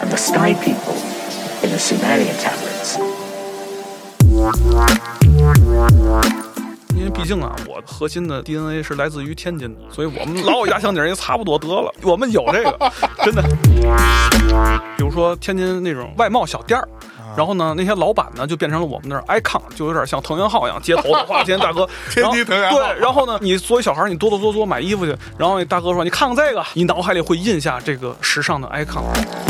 and the Sky People in the Sumerian tablets. 因为毕竟啊，我核心的 DNA 是来自于天津的，所以我们老有压箱底也差不多得了。我们有这个，真的。比如说天津那种外贸小店儿。然后呢，那些老板呢就变成了我们那儿 icon， 就有点像藤原浩一样，街头的花钱大哥， 天津藤原浩。 对，然后呢，你作为小孩，你哆哆嗦嗦买衣服去，然后那大哥说：“你看看这个。”你脑海里会印下这个时尚的 icon。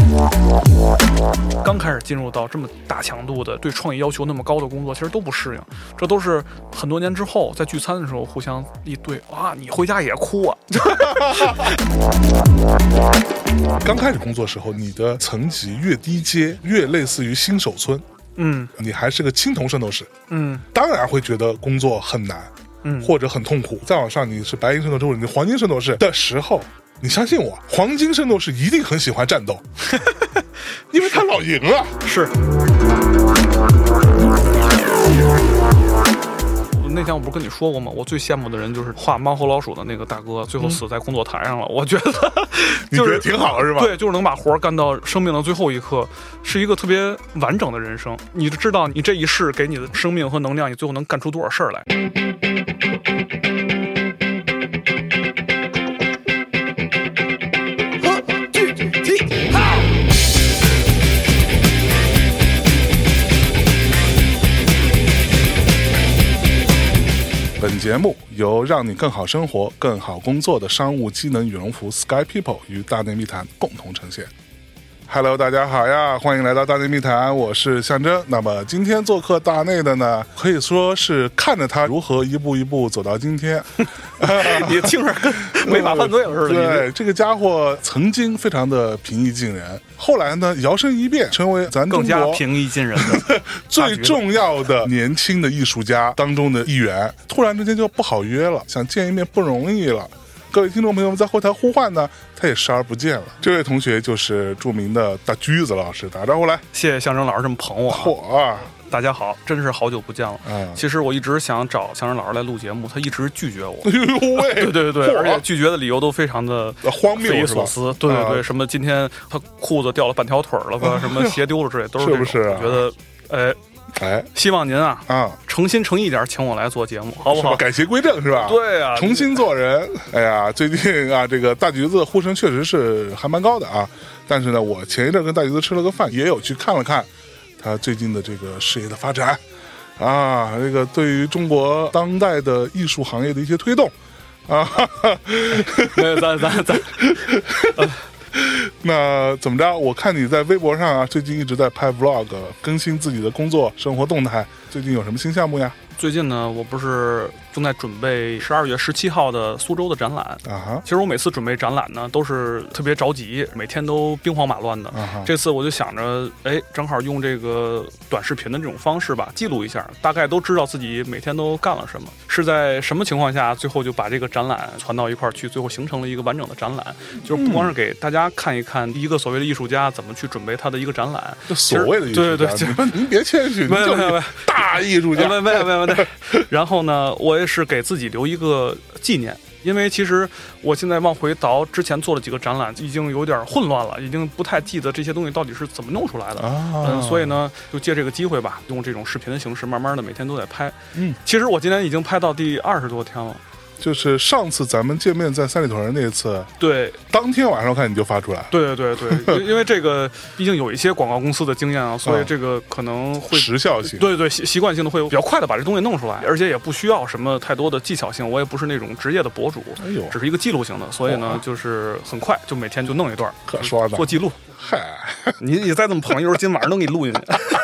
刚开始进入到这么大强度的、对创意要求那么高的工作，其实都不适应。这都是很多年之后在聚餐的时候互相一对啊，你回家也哭啊。 刚开始工作时候，你的层级越低阶，越类似于新手村。你还是个青铜圣斗士。当然会觉得工作很难，或者很痛苦。再往上，你是白银圣斗士或者你黄金圣斗士的时候，你相信我，黄金圣斗士一定很喜欢战斗，因为他老赢了。 是。那天我不是跟你说过吗？我最羡慕的人就是画猫和老鼠的那个大哥，最后死在工作台上了。我觉得、 你觉得挺好是吧？ 对，就是能把活干到生命的最后一刻，是一个特别完整的人生。你知道你这一世给你的生命和能量，你最后能干出多少事儿来。 本节目由让你更好生活、更好工作的商务机能羽绒服 Sky People 与大内密谈共同呈现。Hello， 大家好呀，欢迎来到大内密谈，我是象征。那么今天做客大内的呢，可以说是看着他如何一步一步走到今天。 你听着跟违法犯罪了似的。 对，这个家伙曾经非常的平易近人，后来呢摇身一变成为咱中国更加平易近人的最重要的年轻的艺术家当中的一员。突然之间就不好约了，想见一面不容易了。各位听众朋友们在后台呼唤呢，他也视而不见了。这位同学就是著名的大橘子老师，打招呼来。 谢谢象征老师这么捧我。大家好，真是好久不见了。其实我一直想找象征老师来录节目，他一直拒绝我。对，而且拒绝的理由都非常的荒谬， 匪夷所思。对，什么今天他裤子掉了半条腿了吧，什么鞋丢了之类，都是这种。是不是？我觉得，希望您诚心诚意点请我来做节目，好不好？ 改邪归正是吧？ 对啊， 重新做人。哎呀，最近啊，这个大橘子呼声确实是还蛮高的啊。但是呢，我前一阵跟大橘子吃了个饭，也有去看了看他最近的这个事业的发展啊，这个对于中国当代的艺术行业的一些推动啊。 咱。 那怎么着？我看你在微博上啊，最近一直在拍 vlog， 更新自己的工作生活动态。最近有什么新项目呀？ 最近呢，我不是正在准备12月17号的苏州的展览啊。其实我每次准备展览呢，都是特别着急，每天都兵荒马乱的。这次我就想着，正好用这个短视频的这种方式吧，记录一下，大概都知道自己每天都干了什么，是在什么情况下，最后就把这个展览传到一块儿去，最后形成了一个完整的展览。就是不光是给大家看一看一个所谓的艺术家怎么去准备他的一个展览， 所谓的艺术家，对，您别谦虚， 没有大艺术家， 没有。然后呢，我也是给自己留一个纪念，因为其实我现在往回倒之前做了几个展览，已经有点混乱了，已经不太记得这些东西到底是怎么弄出来的。所以呢，就借这个机会吧，用这种视频的形式，慢慢的每天都在拍。其实我今天已经拍到第20多天了。 就是上次咱们见面在三里屯那次， 对， 当天晚上看你就发出来， 对，因为这个毕竟有一些广告公司的经验啊，所以这个可能会时效性， 对，习惯性的会比较快的把这东西弄出来，而且也不需要什么太多的技巧性，我也不是那种职业的博主，只是一个记录型的，所以呢，就是很快就每天就弄一段， 可说呢， 做记录。 嗨， 你再这么捧，一会儿今晚上能给你录进去。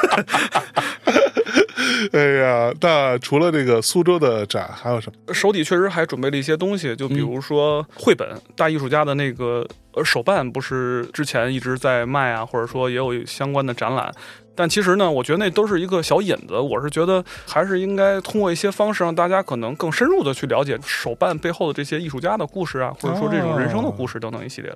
哎呀，那除了这个苏州的展还有什么？ 手底确实还准备了一些东西，就比如说绘本，大艺术家的那个手办不是之前一直在卖啊，或者说也有相关的展览，但其实呢，我觉得那都是一个小引子。我是觉得还是应该通过一些方式让大家可能更深入的去了解手办背后的这些艺术家的故事啊，或者说这种人生的故事等等一系列的。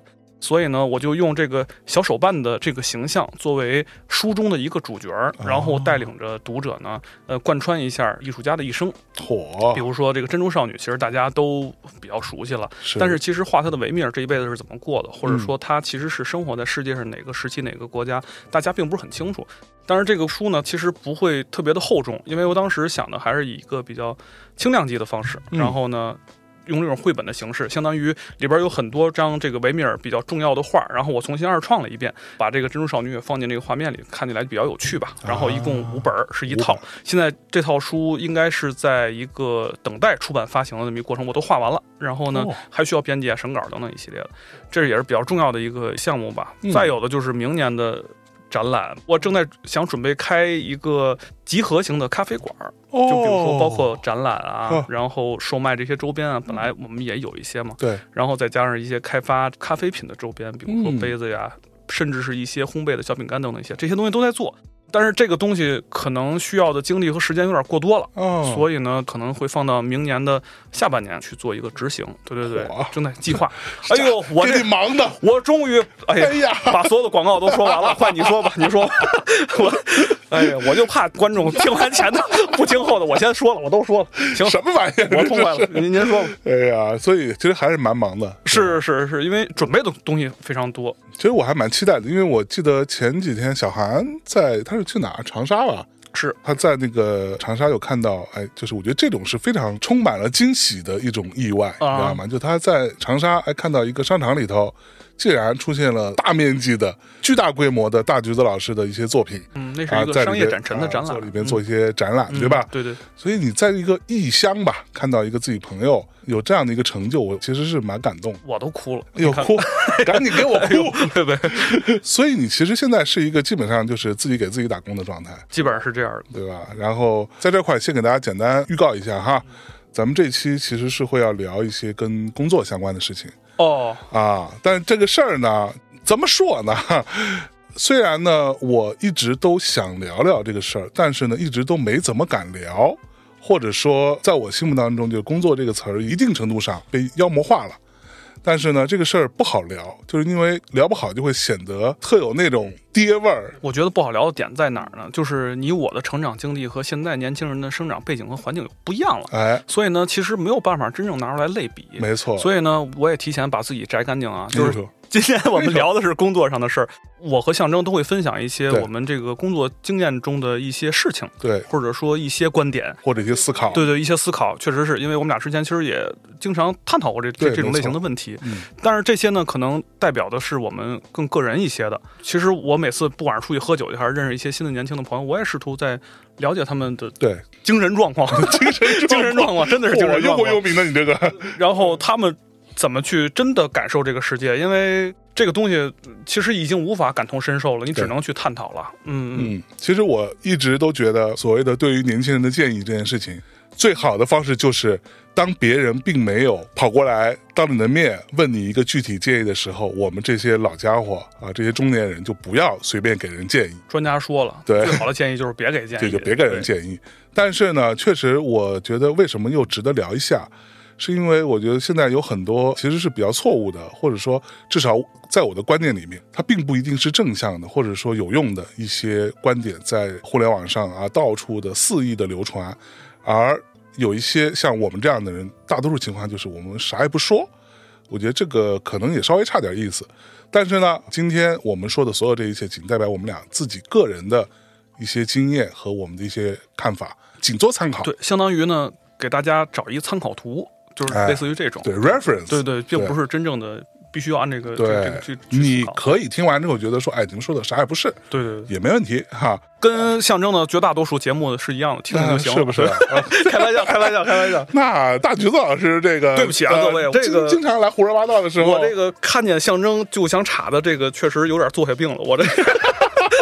所以呢，我就用这个小手办的这个形象作为书中的一个主角，然后带领着读者呢，贯穿一下艺术家的一生。比如说这个珍珠少女，其实大家都比较熟悉了，但是其实画她的维米尔这一辈子是怎么过的，或者说她其实是生活在世界上哪个时期哪个国家，大家并不是很清楚。当然这个书呢其实不会特别的厚重，因为我当时想的还是以一个比较轻量级的方式，然后呢用这种绘本的形式，相当于里边有很多张这个维米尔比较重要的画，然后我重新二创了一遍，把这个珍珠少女也放进这个画面里，看起来比较有趣吧。然后一共5本是一套，现在这套书应该是在一个等待出版发行的那么一个过程，我都画完了，然后呢还需要编辑啊、审稿等等一系列的，这也是比较重要的一个项目吧。再有的就是明年的展览，我正在想准备开一个集合型的咖啡馆，就比如说包括展览啊，然后售卖这些周边啊，本来我们也有一些嘛， 对， 然后再加上一些开发咖啡品的周边，比如说杯子呀，甚至是一些烘焙的小饼干等等一些，这些东西都在做。但是这个东西可能需要的精力和时间有点过多了，所以呢可能会放到明年的下半年去做一个执行。对，正在计划。哎呦，我这忙的， 我终于哎呀，把所有的广告都说完了，快你说吧，你说吧。我就怕观众听完前的不听后的，我先说了，我都说了。行， 什么玩意儿？ 我痛快了，您说吧。 哎呀，所以其实还是蛮忙的。 是，因为准备的东西非常多。 其实我还蛮期待的，因为我记得前几天小韩他是去哪？长沙吧。 是他在那个长沙有看到，就是我觉得这种是非常充满了惊喜的一种意外，你知道吗？就他在长沙看到一个商场里头，竟然出现了大面积的、巨大规模的大橘子老师的一些作品。 那是一个商业展陈的展览， 里边做一些展览，对吧？ 对。 所以你在一个异乡吧，看到一个自己朋友有这样的一个成就，我其实是蛮感动， 我都哭了。 哎呦，哭，赶紧给我哭！ 对。 所以你其实现在是一个基本上就是自己给自己打工的状态， 基本上是这样的， 对吧？然后在这块先给大家简单预告一下哈，咱们这期其实是会要聊一些跟工作相关的事情但是这个事儿呢，怎么说呢？虽然呢，我一直都想聊聊这个事儿，但是呢，一直都没怎么敢聊，或者说，在我心目当中，就工作这个词儿，一定程度上被妖魔化了。但是呢，这个事儿不好聊，就是因为聊不好就会显得特有那种爹味儿。 我觉得不好聊的点在哪儿呢？就是你我的成长经历和现在年轻人的生长背景和环境不一样了，所以呢，其实没有办法真正拿出来类比。 没错。 所以呢，我也提前把自己摘干净啊，就是今天我们聊的是工作上的事儿，我和象征都会分享一些我们这个工作经验中的一些事情， 对， 或者说一些观点， 或者一些思考， 对，一些思考，确实是因为我们俩之前其实也经常探讨过这种类型的问题，但是这些呢，可能代表的是我们更个人一些的。其实我每次不管是出去喝酒，还是认识一些新的年轻的朋友，我也试图在了解他们的精神状况，精神状况真的是精神状况， 又明的你这个， 然后他们怎么去真的感受这个世界，因为这个东西其实已经无法感同身受了，你只能去探讨了。 其实我一直都觉得，所谓的对于年轻人的建议这件事情，最好的方式就是当别人并没有跑过来当你的面问你一个具体建议的时候，我们这些老家伙这些中年人就不要随便给人建议。 专家说了， 对， 最好的建议就是别给建议， 就别给人建议。但是呢，确实我觉得为什么又值得聊一下，是因为我觉得现在有很多其实是比较错误的，或者说至少在我的观念里面，它并不一定是正向的，或者说有用的一些观点在互联网上到处的肆意的流传，而有一些像我们这样的人，大多数情况就是我们啥也不说。我觉得这个可能也稍微差点意思，但是呢，今天我们说的所有这一切，仅代表我们俩自己个人的一些经验和我们的一些看法，仅做参考。 对，相当于呢，给大家找一参考图，就是类似于这种， 对 reference， 对，并不是真正的必须要按这个去你可以听完之后觉得说，你们说的啥也不是， 对， 也没问题哈。 跟象征的绝大多数节目是一样的，听听就行了， 是不是？ 开玩笑。 那大橘子老师这个， 对不起啊，各位，这个经常来胡说八道的时候， 我这个看见象征就想插的这个，确实有点坐下病了，我这。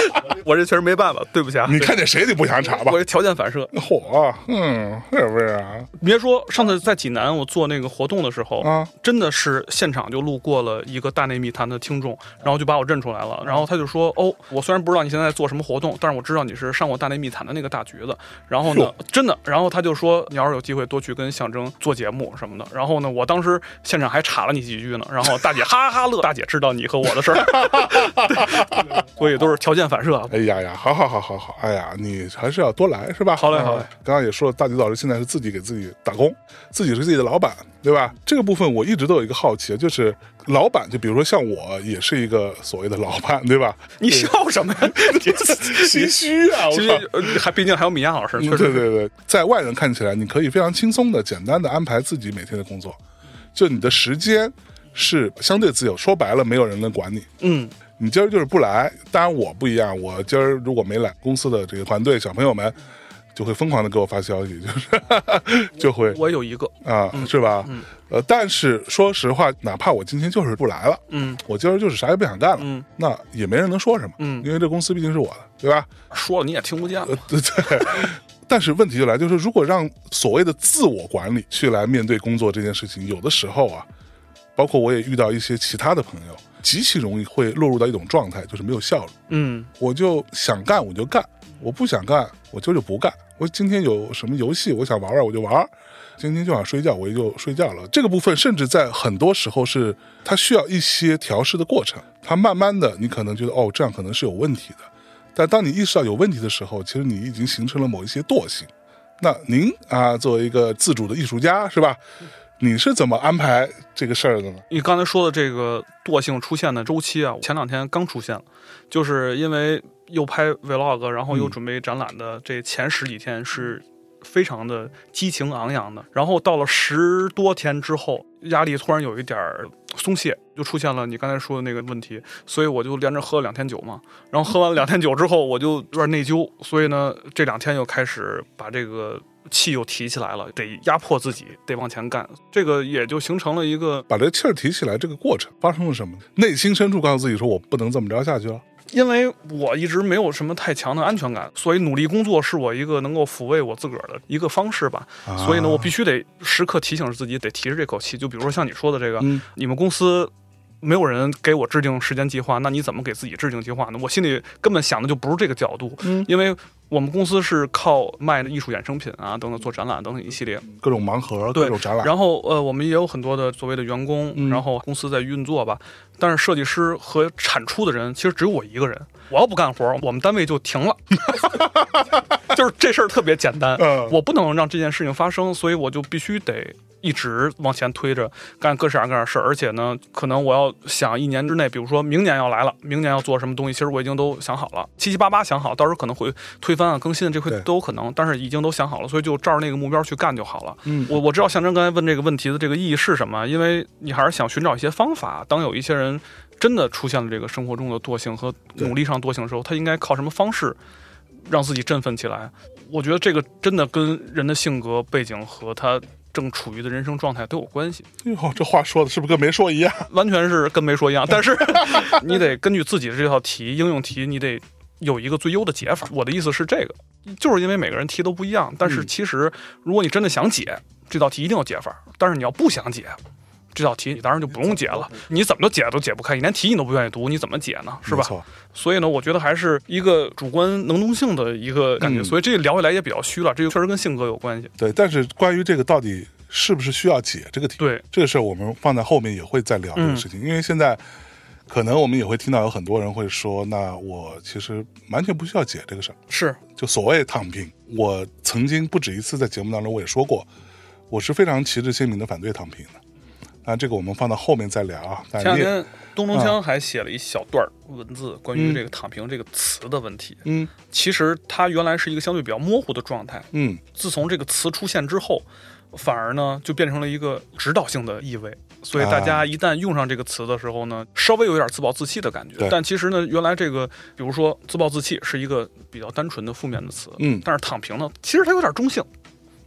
我这确实没办法，对不起啊。 你看见谁你不想查吧？ 我这条件反射。 嚯，是不是啊？ 别说上次在济南我做那个活动的时候啊，真的是现场就路过了一个大内密谈的听众，然后就把我认出来了，然后他就说：“哦，我虽然不知道你现在做什么活动，但是我知道你是上过大内密谈的那个大橘子。”然后呢，真的，然后他就说：“你要是有机会多去跟象征做节目什么的。”然后呢，我当时现场还插了你几句呢，然后大姐哈哈乐，大姐知道你和我的事儿，所以都是条件反射。 哎呀，好，哎呀，你还是要多来是吧？ 好嘞。 刚刚也说了，大橘老师现在是自己给自己打工，自己是自己的老板，对吧？这个部分我一直都有一个好奇，就是老板，就比如说像我也是一个所谓的老板，对吧？ 你笑什么呀？ 心虚啊！ 还毕竟还有米娅老师， 对，在外人看起来，你可以非常轻松的、简单的安排自己每天的工作，就你的时间是相对自由，说白了，没有人能管你。你今儿就是不来，当然我不一样，我今儿如果没来，公司的这个团队小朋友们就会疯狂的给我发消息，就是就会我有一个啊，是吧？但是说实话，哪怕我今天就是不来了，我今儿就是啥也不想干了，那也没人能说什么，因为这公司毕竟是我的，对吧？ 说了你也听不见了， 对。但是问题就来，就是如果让所谓的自我管理去来面对工作这件事情，有的时候啊，包括我也遇到一些其他的朋友，极其容易会落入到一种状态，就是没有效率。我就想干我就干，我不想干我就不干。我今天有什么游戏我想玩玩我就玩，今天就想睡觉我也就睡觉了。这个部分甚至在很多时候是它需要一些调试的过程，它慢慢的你可能觉得这样可能是有问题的，但当你意识到有问题的时候，其实你已经形成了某一些惰性。那您啊，作为一个自主的艺术家是吧，你是怎么安排这个事儿的呢？ 你刚才说的这个惰性出现的周期啊，前2天刚出现了，就是因为又拍 vlog， 然后又准备展览的这前10几天是非常的激情昂扬的，然后到了10多天之后，压力突然有一点松懈，就出现了你刚才说的那个问题，所以我就连着喝了2天酒嘛，然后喝完2天酒之后，我就有点内疚，所以呢，这2天又开始把这个气又提起来了，得压迫自己，得往前干，这个也就形成了一个把这气儿提起来。这个过程发生了什么？内心深处告诉自己说，我不能这么着下去了。 因为我一直没有什么太强的安全感，所以努力工作是我一个能够抚慰我自个儿的一个方式吧。所以呢，我必须得时刻提醒自己，得提着这口气。就比如说像你说的这个，你们公司没有人给我制定时间计划，那你怎么给自己制定计划呢？我心里根本想的就不是这个角度，因为我们公司是靠卖的艺术衍生品啊等等，做展览等等一系列各种盲盒，各种展览。 然后我们也有很多的所谓的员工，然后公司在运作吧。但是设计师和产出的人其实只有我一个人，我要不干活，我们单位就停了。就是这事儿特别简单，我不能让这件事情发生，所以我就必须得一直往前推着干各式各样的事儿。而且呢，可能我要想1年之内，比如说明年要来了，明年要做什么东西，其实我已经都想好了，七七八八想好，到时候可能会推翻啊、更新，这会都有可能，但是已经都想好了，所以就照着那个目标去干就好了。我知道象征刚才问这个问题的这个意义是什么，因为你还是想寻找一些方法，当有一些人真的出现了这个生活中的惰性和努力上惰性的时候，他应该靠什么方式让自己振奋起来？我觉得这个真的跟人的性格背景和他正处于的人生状态都有关系。 这话说的是不是跟没说一样？ 完全是跟没说一样，但是你得根据自己的这套题应用题，你得有一个最优的解法。我的意思是这个，就是因为每个人题都不一样，但是其实如果你真的想解这道题，一定有解法，但是你要不想解这道题，你当然就不用解了，你怎么都解都解不开，你连题你都不愿意读，你怎么解呢？是吧？所以呢，我觉得还是一个主观能动性的一个感觉，所以这个聊起来也比较虚了，这个确实跟性格有关系。 对，但是关于这个到底是不是需要解这个题， 对这个事儿我们放在后面也会再聊这个事情，因为现在可能我们也会听到有很多人会说，那我其实完全不需要解这个事儿， 是就所谓躺平。我曾经不止一次在节目当中我也说过，我是非常旗帜鲜明的反对躺平的。那这个我们放到后面再聊啊。 前两天东东锵还写了一小段文字，关于这个躺平这个词的问题。其实它原来是一个相对比较模糊的状态。自从这个词出现之后，反而呢就变成了一个指导性的意味。所以大家一旦用上这个词的时候呢，稍微有点自暴自弃的感觉。但其实呢，原来这个比如说自暴自弃是一个比较单纯的负面的词。但是躺平呢，其实它有点中性。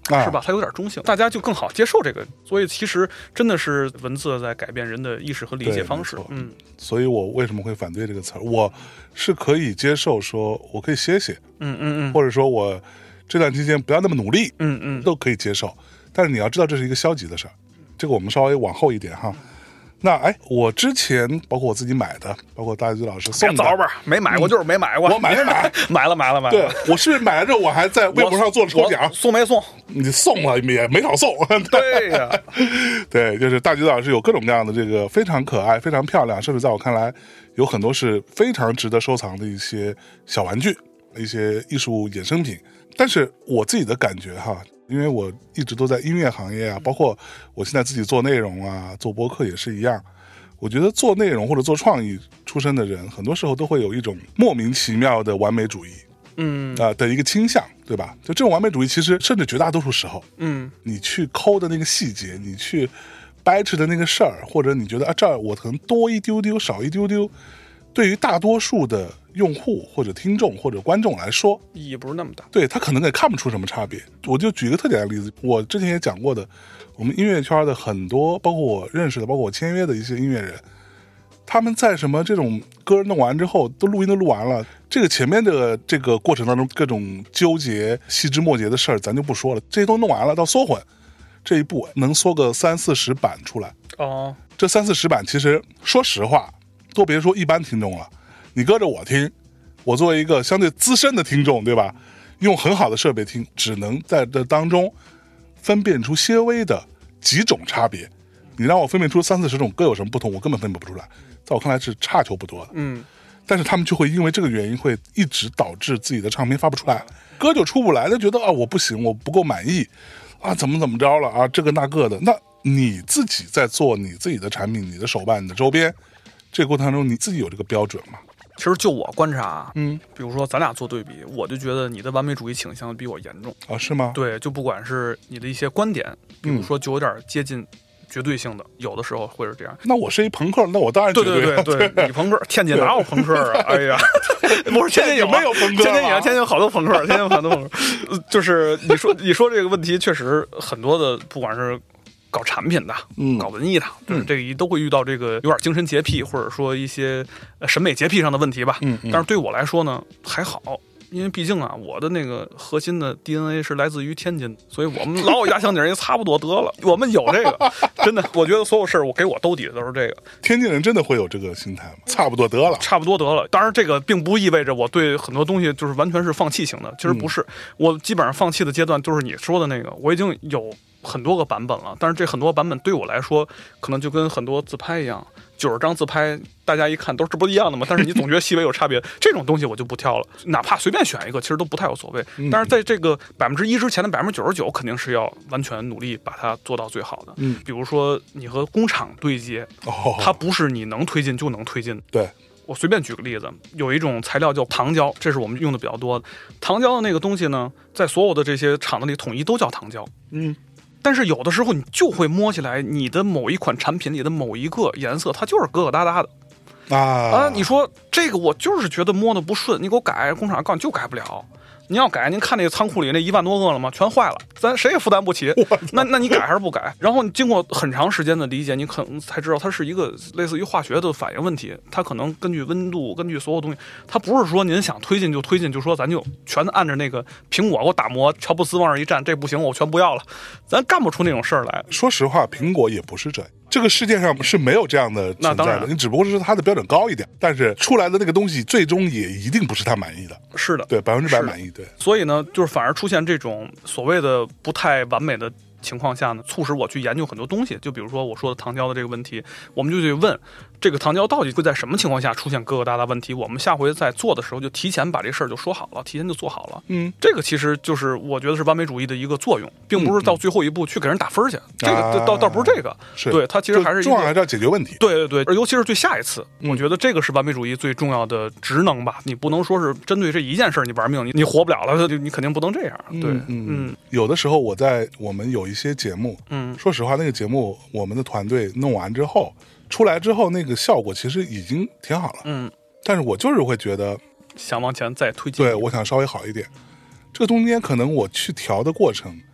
是吧？它有点中性，大家就更好接受这个。所以其实真的是文字在改变人的意识和理解方式。 所以我为什么会反对这个词儿？我是可以接受说我可以歇歇，或者说我这段期间不要那么努力，都可以接受。但是你要知道这是一个消极的事儿，这个我们稍微往后一点哈。那我之前包括我自己买的，包括大橘老师送的， 早吧，没买过就是没买过。 我买， 买了。 对，我是买了之后，我还在微博上做了抽奖， 送没送？ 你送了也没少送。 对呀， 对，就是大橘老师有各种各样的这个非常可爱、非常漂亮，甚至在我看来有很多是非常值得收藏的一些小玩具、一些艺术衍生品。但是我自己的感觉哈。因为我一直都在音乐行业啊，包括我现在自己做内容啊，做播客也是一样。我觉得做内容或者做创意出身的人，很多时候都会有一种莫名其妙的完美主义，的一个倾向，对吧？就这种完美主义，其实甚至绝大多数时候，你去抠的那个细节，你去掰扯的那个事儿，或者你觉得这儿我可能多一丢丢，少一丢丢，对于大多数的用户或者听众或者观众来说意义不是那么大， 对他可能也看不出什么差别。我就举一个特简单的例子，我之前也讲过的，我们音乐圈的很多包括我认识的包括我签约的一些音乐人，他们在什么这种歌弄完之后都录音都录完了，这个前面的这个过程当中各种纠结细枝末节的事儿咱就不说了，这些都弄完了到缩混这一步能缩个30-40版出来。这30-40版其实说实话都别说一般听众了，你搁着我听，我作为一个相对资深的听众，对吧？用很好的设备听，只能在这当中分辨出些微的几种差别。你让我分辨出30-40种各有什么不同，我根本分辨不出来。在我看来是差球不多的。但是他们就会因为这个原因，会一直导致自己的唱片发不出来，歌就出不来，就觉得我不行，我不够满意怎么着了这个那个的。那你自己在做你自己的产品，你的手办，你的周边，这个过程当中你自己有这个标准吗？ 其实就我观察比如说咱俩做对比，我就觉得你的完美主义倾向比我严重是吗？ 对，就不管是你的一些观点，比如说就有点接近绝对性的，有的时候会是这样。 那我是一朋克，那我当然绝对对，你朋克，天津哪有朋克啊？哎呀，不是天津有没有朋克？ 天津有好多朋克，天津有很多朋克。就是你说这个问题，确实很多的，不管是搞产品的，搞文艺的，这个都会遇到这个有点精神洁癖，或者说一些审美洁癖上的问题吧。但是对我来说呢，还好。因为毕竟我的那个核心的 DNA 是来自于天津，所以我们老有压箱底也差不多得了。我们有这个，真的，我觉得所有事儿我给我兜底的都是这个。 天津人真的会有这个心态吗？差不多得了， 差不多得了。当然，这个并不意味着我对很多东西就是完全是放弃型的，其实不是。我基本上放弃的阶段就是你说的那个，我已经有很多个版本了，但是这很多版本对我来说，可能就跟很多自拍一样。90张自拍，大家一看都是这不一样的吗？但是你总觉得细微有差别，这种东西我就不挑了。哪怕随便选一个，其实都不太有所谓。但是在这个1%之前的99%，肯定是要完全努力把它做到最好的。比如说你和工厂对接，它不是你能推进就能推进。 对， 我随便举个例子，有一种材料叫糖胶，这是我们用的比较多的。糖胶的那个东西呢，在所有的这些厂子里统一都叫糖胶。但是有的时候你就会摸起来，你的某一款产品里的某一个颜色，它就是疙疙瘩瘩的你说这个我就是觉得摸的不顺，你给我改，工厂告诉你就改不了。你要改，您看那个仓库里那1万多个了吗？全坏了，咱谁也负担不起。那你改还是不改？然后你经过很长时间的理解，你可能才知道它是一个类似于化学的反应问题。它可能根据温度，根据所有东西，它不是说您想推进就推进，就说咱就全按着那个苹果给我打磨，乔布斯往上一站，这不行，我全不要了，咱干不出那种事儿来。 说实话，苹果也不是这样。这个世界上是没有这样的存在的，你只不过是它的标准高一点，但是出来的那个东西最终也一定不是他满意的。 是的， 对，100%满意。对， 所以呢，就是反而出现这种所谓的不太完美的情况下呢，促使我去研究很多东西。就比如说我说的糖胶的这个问题，我们就去问这个糖胶到底会在什么情况下出现疙疙瘩瘩问题。我们下回在做的时候就提前把这事儿就说好了，提前就做好了。这个其实就是我觉得是完美主义的一个作用，并不是到最后一步去给人打分去。这个倒不是这个，对，它其实还是重要还是要解决问题。 对，而尤其是对下一次，我觉得这个是完美主义最重要的职能吧。你不能说是针对这一件事你玩命，你活不了了，你肯定不能这样。对， 有的时候我们有一些节目，说实话，那个节目我们的团队弄完之后。出来之后那个效果其实已经挺好了，但是我就是会觉得想往前再推进， 对，我想稍微好一点。这个中间可能我去调的过程，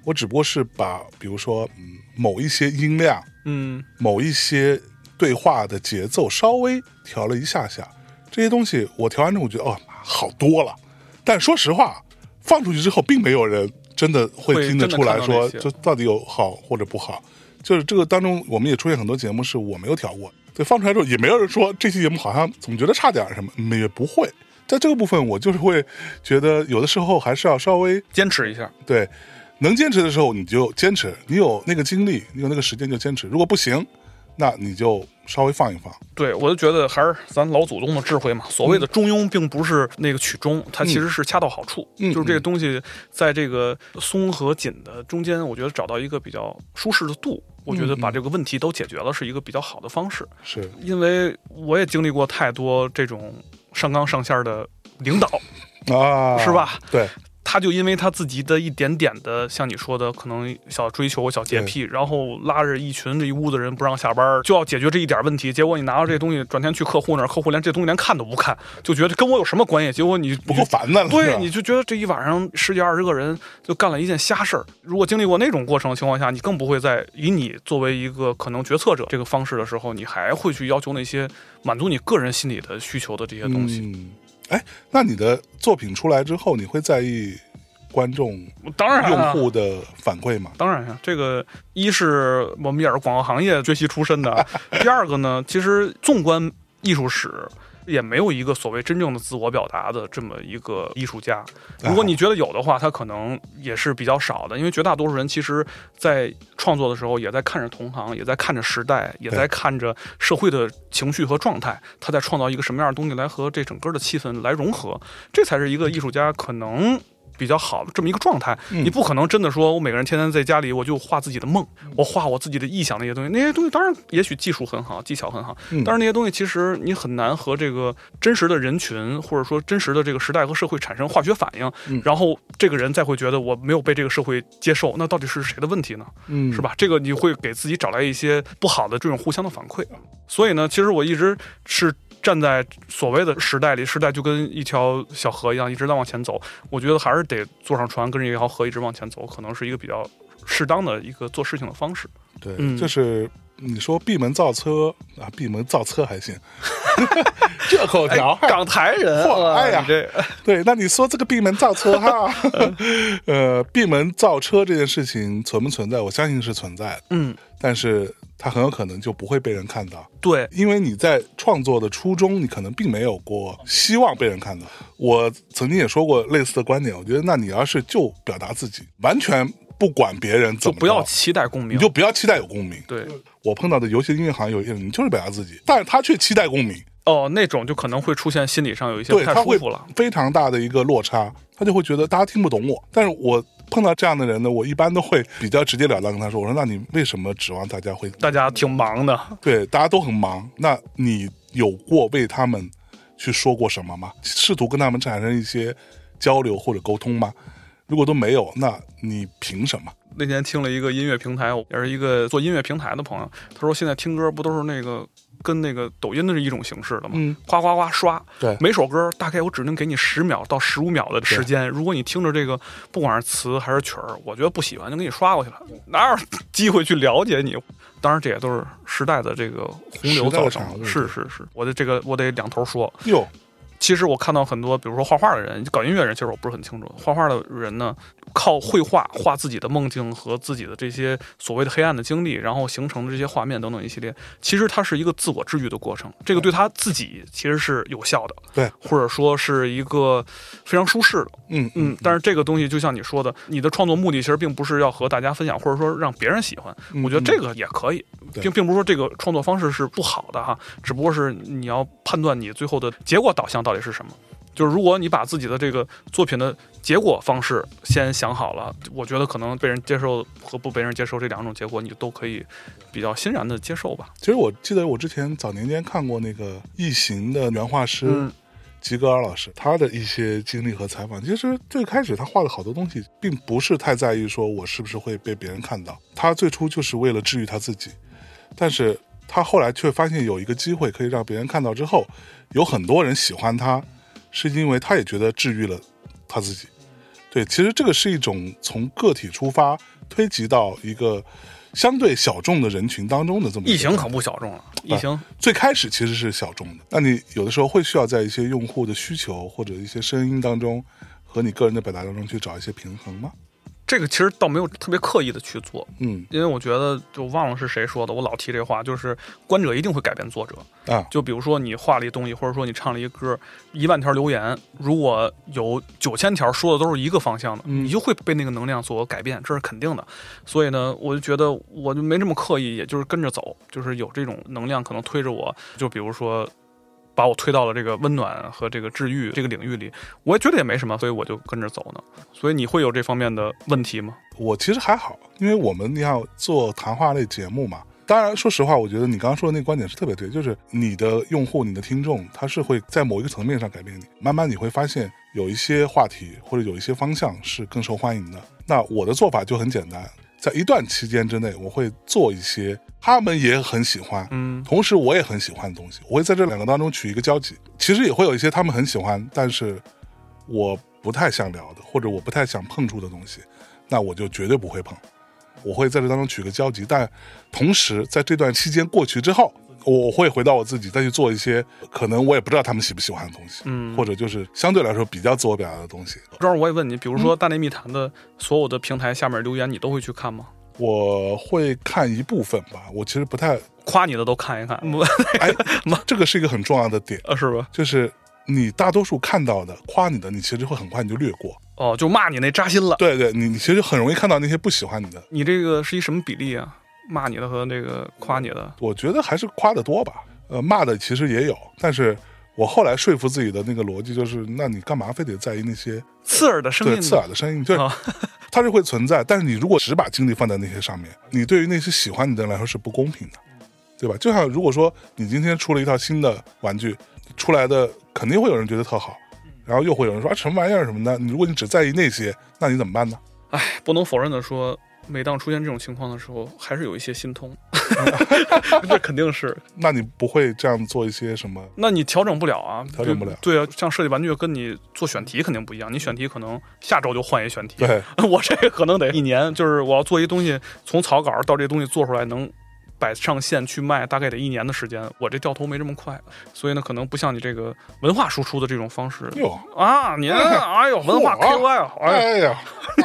我只不过是把比如说某一些音量某一些对话的节奏稍微调了一下下，这些东西我调完之后我觉得好多了，但说实话放出去之后并没有人真的会听得出来说这到底有好或者不好，就是这个当中我们也出现很多节目是我没有调过，对，放出来之后也没有人说这期节目好像总觉得差点什么，也不会。在这个部分我就是会觉得有的时候还是要稍微坚持一下， 对，能坚持的时候你就坚持，你有那个精力你有那个时间就坚持，如果不行那你就稍微放一放。 对，我就觉得还是咱老祖宗的智慧嘛，所谓的中庸并不是那个取中，它其实是恰到好处，就是这个东西在这个松和紧的中间，我觉得找到一个比较舒适的度，我觉得把这个问题都解决了是一个比较好的方式。 是因为我也经历过太多这种上纲上线的领导啊， 是吧？ 对， 他就因为他自己的一点点的像你说的可能小追求小洁癖，然后拉着一群这一屋子人不让下班，就要解决这一点问题，结果你拿到这东西转天去客户那儿，客户连这东西连看都不看，就觉得跟我有什么关系，结果你不够烦的， 对，你就觉得这一晚上10几20个人就干了一件瞎事儿。如果经历过那种过程的情况下，你更不会在以你作为一个可能决策者这个方式的时候，你还会去要求那些满足你个人心理的需求的这些东西。 那你的作品出来之后你会在意观众当然用户的反馈嘛？ 当然这个一是我们也是广告行业学习出身的，第二个呢，其实纵观艺术史也没有一个所谓真正的自我表达的这么一个艺术家。如果你觉得有的话，他可能也是比较少的，因为绝大多数人其实在创作的时候也在看着同行，也在看着时代，也在看着社会的情绪和状态，他在创造一个什么样的东西来和这整个的气氛来融合，这才是一个艺术家可能比较好的这么一个状态。你不可能真的说我每个人天天在家里我就画自己的梦，我画我自己的臆想那些东西，那些东西当然也许技术很好，技巧很好，但是那些东西其实你很难和这个真实的人群或者说真实的这个时代和社会产生化学反应，然后这个人再会觉得我没有被这个社会接受，那到底是谁的问题呢？是吧？这个你会给自己找来一些不好的这种互相的反馈。所以呢，其实我一直是站在所谓的时代里，时代就跟一条小河一样一直在往前走，我觉得还是得坐上船跟着一条河一直往前走，可能是一个比较适当的一个做事情的方式。 对，就是你说闭门造车啊，闭门造车还行这口条港台人哎呀，对，那你说这个闭门造车哈闭门造车这件事情存不存在，我相信是存在的，但是它很有可能就不会被人看到。 对， 因为你在创作的初衷你可能并没有过希望被人看到。我曾经也说过类似的观点，我觉得那你要是就表达自己，完全不管别人怎么， 就不要期待共鸣， 你就不要期待有共鸣。 对， 我碰到的游戏音乐行业有一些人就是表达自己，但是他却期待共鸣， 那种就可能会出现心理上有一些不太舒服了， 非常大的一个落差，他就会觉得大家听不懂我。但是我碰到这样的人呢，我一般都会比较直截了当跟他说，我说那你为什么指望大家会？ 大家挺忙的， 对，大家都很忙，那你有过为他们去说过什么吗？试图跟他们产生一些交流或者沟通吗？如果都没有，那你凭什么？ 那天听了一个音乐平台，也是一个做音乐平台的朋友，他说现在听歌不都是那个跟那个抖音的是一种形式的吗？夸夸夸刷， 对， 每首歌大概我只能给你10秒到15秒的时间，如果你听着这个不管是词还是曲儿，我觉得不喜欢就给你刷过去了，哪有机会去了解你？当然这也都是时代的这个洪流造成的，是，我的这个我得两头说哟。 其实我看到很多比如说画画的人，搞音乐人，其实我不是很清楚，画画的人呢靠绘画画自己的梦境和自己的这些所谓的黑暗的经历，然后形成的这些画面等等一系列，其实它是一个自我治愈的过程，这个对他自己其实是有效的， 对， 或者说是一个非常舒适的，但是这个东西就像你说的，你的创作目的其实并不是要和大家分享，或者说让别人喜欢，我觉得这个也可以，并不是说这个创作方式是不好的哈，只不过是你要判断你最后的结果导向到底是什么。就是如果你把自己的这个作品的结果方式先想好了，我觉得可能被人接受和不被人接受这两种结果你都可以比较欣然的接受吧。 其实我记得我之前早年间看过那个异形的原画师吉格尔老师，他的一些经历和采访，其实最开始他画的好多东西并不是太在意说我是不是会被别人看到，他最初就是为了治愈他自己，但是他后来却发现有一个机会可以让别人看到之后，有很多人喜欢他，是因为他也觉得治愈了他自己。对，其实这个是一种从个体出发推及到一个相对小众的人群当中的这么一个。 异形可不小众了，异形、 最开始其实是小众的，那你有的时候会需要在一些用户的需求或者一些声音当中和你个人的表达当中去找一些平衡吗？ 这个其实倒没有特别刻意的去做，因为我觉得就忘了是谁说的，我老提这话，就是观者一定会改变作者啊。就比如说你画了一东西，或者说你唱了一歌，10000条留言，如果有9000条说的都是一个方向的，你就会被那个能量所改变，这是肯定的。所以呢，我就觉得我就没这么刻意，也就是跟着走，就是有这种能量可能推着我，就比如说把我推到了这个温暖和这个治愈这个领域里，我也觉得也没什么，所以我就跟着走呢。所以你会有这方面的问题吗？ 我其实还好，因为我们要做谈话类节目嘛。当然说实话，我觉得你刚刚说的那个观点是特别对，就是你的用户你的听众他是会在某一个层面上改变你，慢慢你会发现有一些话题或者有一些方向是更受欢迎的。那我的做法就很简单，在一段期间之内我会做一些他们也很喜欢同时我也很喜欢的东西，我会在这两个当中取一个交集。其实也会有一些他们很喜欢但是我不太想聊的或者我不太想碰触的东西，那我就绝对不会碰，我会在这当中取个交集。但同时在这段期间过去之后，我会回到我自己再去做一些可能我也不知道他们喜不喜欢的东西，或者就是相对来说比较自我表达的东西。 这儿我也问你，比如说大内密谈的所有的平台下面留言你都会去看吗？ 我会看一部分吧，我其实不太夸你的都看一看。 哎，这个是一个很重要的点是吧？ 就是你大多数看到的夸你的你其实会很快你就略过。 就骂你那扎心了。 对对，你其实很容易看到那些不喜欢你的。 你这个是一什么比例啊？骂你的和这个夸你的？ 我觉得还是夸的多吧。骂的其实也有，但是我后来说服自己的那个逻辑就是，那你干嘛非得在意那些刺耳的声音？ 对，刺耳的声音，对，它是会存在。但是你如果只把精力放在那些上面，你对于那些喜欢你的人来说是不公平的，对吧？就像如果说你今天出了一套新的玩具，出来的肯定会有人觉得特好，然后又会有人说什么玩意儿什么的。如果你只在意那些，那你怎么办呢？ 不能否认的说，每当出现这种情况的时候，还是有一些心痛。这肯定是。 那你不会这样做一些什么？ 那你调整不了啊， 调整不了。 对啊，像设计玩具跟你做选题肯定不一样，你选题可能下周就换一选题。 对， 我这个可能得1年，就是我要做一东西，从草稿到这东西做出来能摆上线去卖，大概得1年的时间。我这掉头没这么快，所以呢，可能不像你这个文化输出的这种方式。您哎呦，文化 KY 哎呀，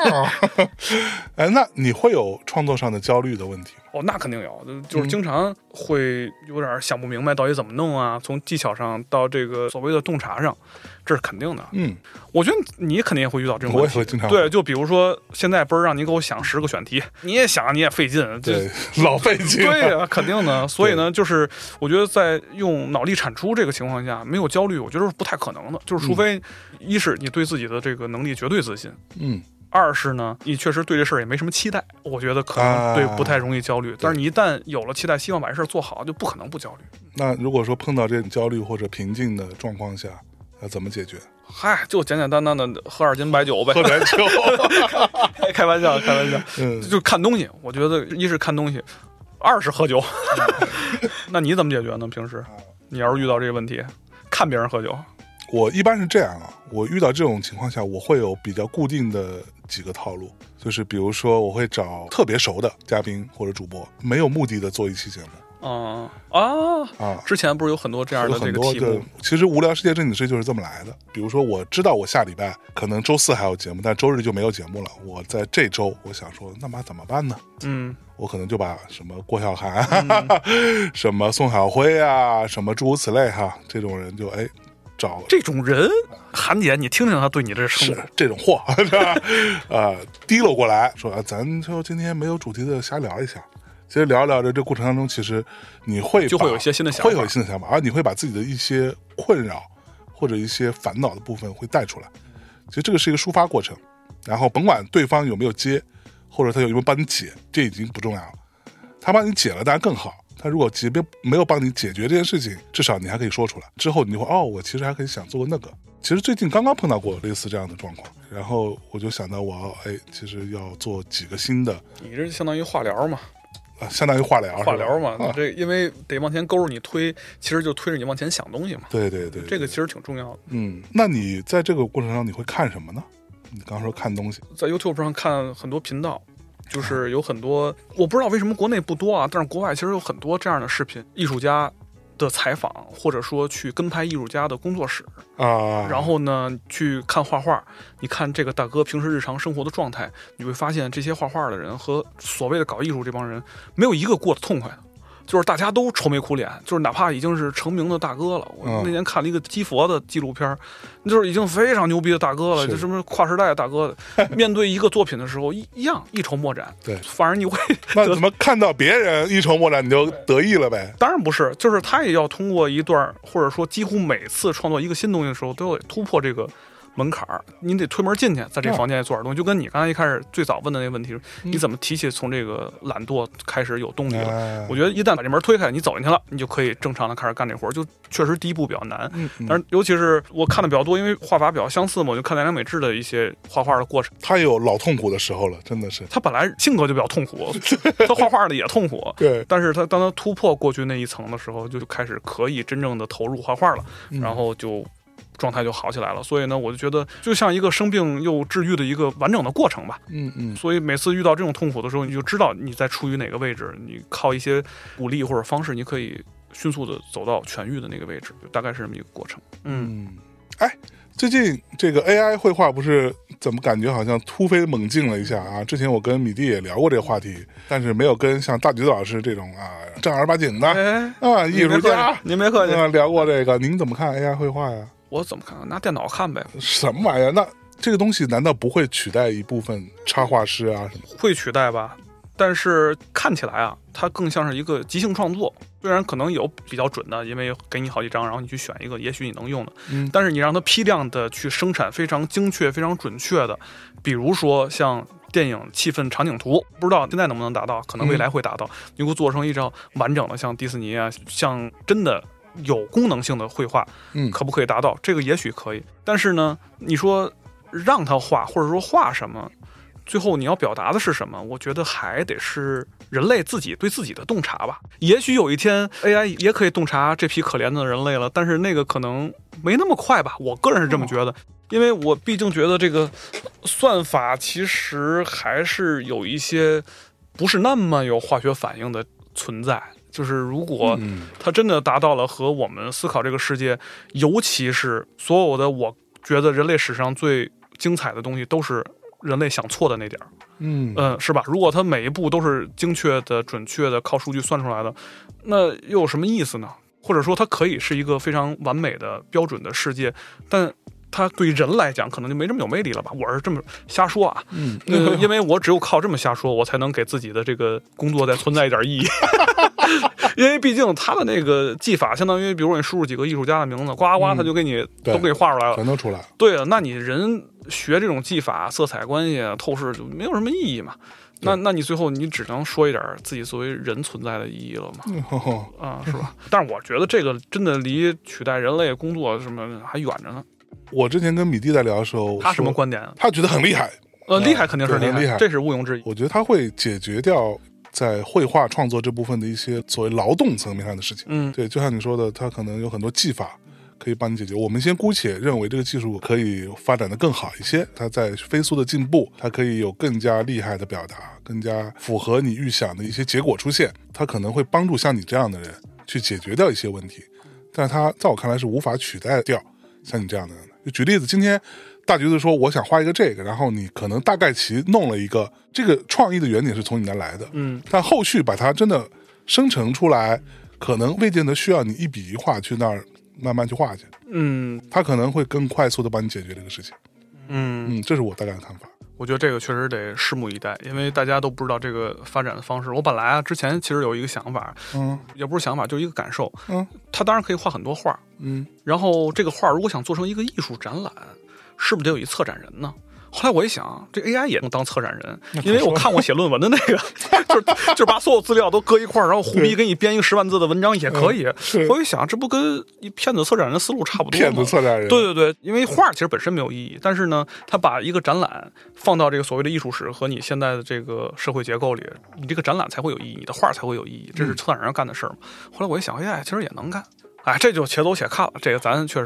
那你会有创作上的焦虑的问题吗？ 那肯定有，就是经常会有点想不明白到底怎么弄啊，从技巧上到这个所谓的洞察上，这是肯定的。我觉得你肯定也会遇到这种问题。 我也会经常。 对，就比如说现在不是让你给我想10个选题，你也想你也费劲， 对，老费劲。 对啊，肯定的。所以呢，就是我觉得在用脑力产出这个情况下，没有焦虑，我觉得是不太可能的。就是除非一是你对自己的这个能力绝对自信，二是呢，你确实对这事儿也没什么期待，我觉得可能对不太容易焦虑。但是你一旦有了期待，希望把这事儿做好，就不可能不焦虑。 那如果说碰到这种焦虑或者瓶颈的状况下，要怎么解决？ 就简简单单的喝2斤白酒呗。 喝点酒， 开玩笑，开玩笑。就看东西，我觉得一是看东西，二是喝酒。那你怎么解决呢？平时你要是遇到这个问题，看别人喝酒。 我一般是这样啊，我遇到这种情况下，我会有比较固定的几个套路，就是比如说我会找特别熟的嘉宾或者主播，没有目的的做一期节目。之前不是有很多这样的这个题目？其实无聊世界正经事就是这么来的。比如说我知道我下礼拜可能周4还有节目，但周日就没有节目了。我在这周我想说，那么怎么办呢？我可能就把什么郭晓涵、什么宋晓辉啊，什么诸如此类这种人就找这种人，韩姐，你听听他对你这是这种货，是吧？提溜过来说，咱就今天没有主题的瞎聊一下。其实聊着聊着，这过程当中，其实你会有一些新的想法， 会有新的想法，而你会把自己的一些困扰或者一些烦恼的部分会带出来。其实这个是一个抒发过程，然后甭管对方有没有接，或者他有没有帮你解，这已经不重要了。他帮你解了当然更好，他如果即便没有帮你解决这件事情，至少你还可以说出来，之后你就会我其实还可以想做那个。其实最近刚刚碰到过类似这样的状况，然后我就想到我要其实要做几个新的。 你这相当于化疗嘛？ 相当于化疗嘛，这因为得往前勾着你推，其实就推着你往前想东西嘛。 对对对， 这个其实挺重要的。 那你在这个过程上你会看什么呢？你刚刚说看东西， 在 YouTube 上看很多频道， 就是有很多，我不知道为什么国内不多啊，但是国外其实有很多这样的视频，艺术家的采访，或者说去跟拍艺术家的工作室啊，然后呢去看画画，你看这个大哥平时日常生活的状态，你会发现这些画画的人和所谓的搞艺术这帮人没有一个过得痛快的。就是大家都愁眉苦脸，就是哪怕已经是成名的大哥了。我那年看了一个基佛的纪录片，就是已经非常牛逼的大哥了，就什么跨时代的大哥，面对一个作品的时候一样一筹莫展。 对， 反而你会那怎么看到别人一筹莫展你就得意了呗？ 当然不是，就是他也要通过一段，或者说几乎每次创作一个新东西的时候，都要突破这个门槛儿，你得推门进去，在这房间里做点东西，就跟你刚才一开始最早问的那个问题是，你怎么提起从这个懒惰开始有动力了？我觉得一旦把这门推开，你走进去了，你就可以正常的开始干这活儿，就确实第一步比较难。但是尤其是我看的比较多，因为画法比较相似嘛，我就看奈良美智的一些画画的过程。 他有老痛苦的时候了，真的是。 他本来性格就比较痛苦，他画画的也痛苦。 对。 但是当他突破过去那一层的时候，就开始可以真正的投入画画了，然后就状态就好起来了。所以呢，我就觉得就像一个生病又治愈的一个完整的过程吧。所以每次遇到这种痛苦的时候，你就知道你在处于哪个位置，你靠一些鼓励或者方式，你可以迅速的走到痊愈的那个位置，就大概是这么一个过程。 哎，最近这个 AI 绘画不是怎么感觉好像突飞猛进了一下啊？之前我跟米蒂也聊过这个话题，但是没有跟像大橘子老师这种正儿八经的艺术家， 您别客气聊过这个。您怎么看 AI 绘画呀？ 我怎么看？拿电脑看呗。 什么玩意儿？那这个东西难道不会取代一部分插画师啊什么？ 会取代吧，但是看起来啊，它更像是一个即兴创作。虽然可能有比较准的，因为给你好几张，然后你去选一个，也许你能用的。但是你让它批量的去生产非常精确、非常准确的，比如说像电影气氛场景图，不知道现在能不能达到，可能未来会达到。你给我做成一张完整的，像迪士尼啊，像真的有功能性的绘画，可不可以达到？这个也许可以，但是呢，你说让他画，或者说画什么，最后你要表达的是什么？我觉得还得是人类自己对自己的洞察吧。也许有一天 AI 也可以洞察这批可怜的人类了，但是那个可能没那么快吧。我个人是这么觉得，因为我毕竟觉得这个算法其实还是有一些不是那么有化学反应的存在。就是如果它真的达到了和我们思考这个世界，尤其是所有的我觉得人类史上最精彩的东西都是人类想错的那点儿，是吧？如果它每一步都是精确的、准确的，靠数据算出来的，那又有什么意思呢？或者说它可以是一个非常完美的标准的世界，但它对人来讲可能就没这么有魅力了吧？我是这么瞎说啊，因为我只有靠这么瞎说，我才能给自己的这个工作再存在一点意义。因为毕竟他的那个技法，相当于比如你输入几个艺术家的名字，呱呱他就给你都给你画出来了， 全都出来了。 对啊，那你人学这种技法、色彩关系、透视就没有什么意义嘛。那你最后你只能说一点自己作为人存在的意义了嘛？是吧？但是我觉得这个真的离取代人类工作什么还远着呢。 我之前跟米蒂在聊的时候， 他什么观点？ 他觉得很厉害。 厉害肯定是厉害， 这是毋庸置疑。 我觉得他会解决掉在绘画创作这部分的一些所谓劳动层面上的事情。对，就像你说的，他可能有很多技法可以帮你解决。我们先姑且认为这个技术可以发展的更好一些，它在飞速的进步，它可以有更加厉害的表达，更加符合你预想的一些结果出现，它可能会帮助像你这样的人去解决掉一些问题，但是它在我看来是无法取代掉像你这样的人。就举例子，今天大橘子说我想画一个这个，然后你可能大概其弄了一个，这个创意的原点是从你那来的，但后续把它真的生成出来，可能未见得需要你一笔一画去那儿慢慢去画去，它可能会更快速的帮你解决这个事情，这是我大概的看法。 我觉得这个确实得拭目以待，因为大家都不知道这个发展的方式。我本来之前其实有一个想法，也不是想法，就是一个感受，他当然可以画很多画，然后这个画如果想做成一个艺术展览，是不是得有一策展人呢？后来我一想，这 AI 也能当策展人，因为我看过写论文的那个，就是把所有资料都搁一块儿，然后胡逼给你编一个10万字的文章也可以。我一想，这不跟骗子策展人的思路差不多吗？ 骗子策展人， 对对对，因为画其实本身没有意义，但是呢，他把一个展览放到这个所谓的艺术史和你现在的这个社会结构里，你这个展览才会有意义，你的画才会有意义，这是策展人要干的事儿嘛。后来我一想，AI 其实也能干。这就且走且看了，这个咱确实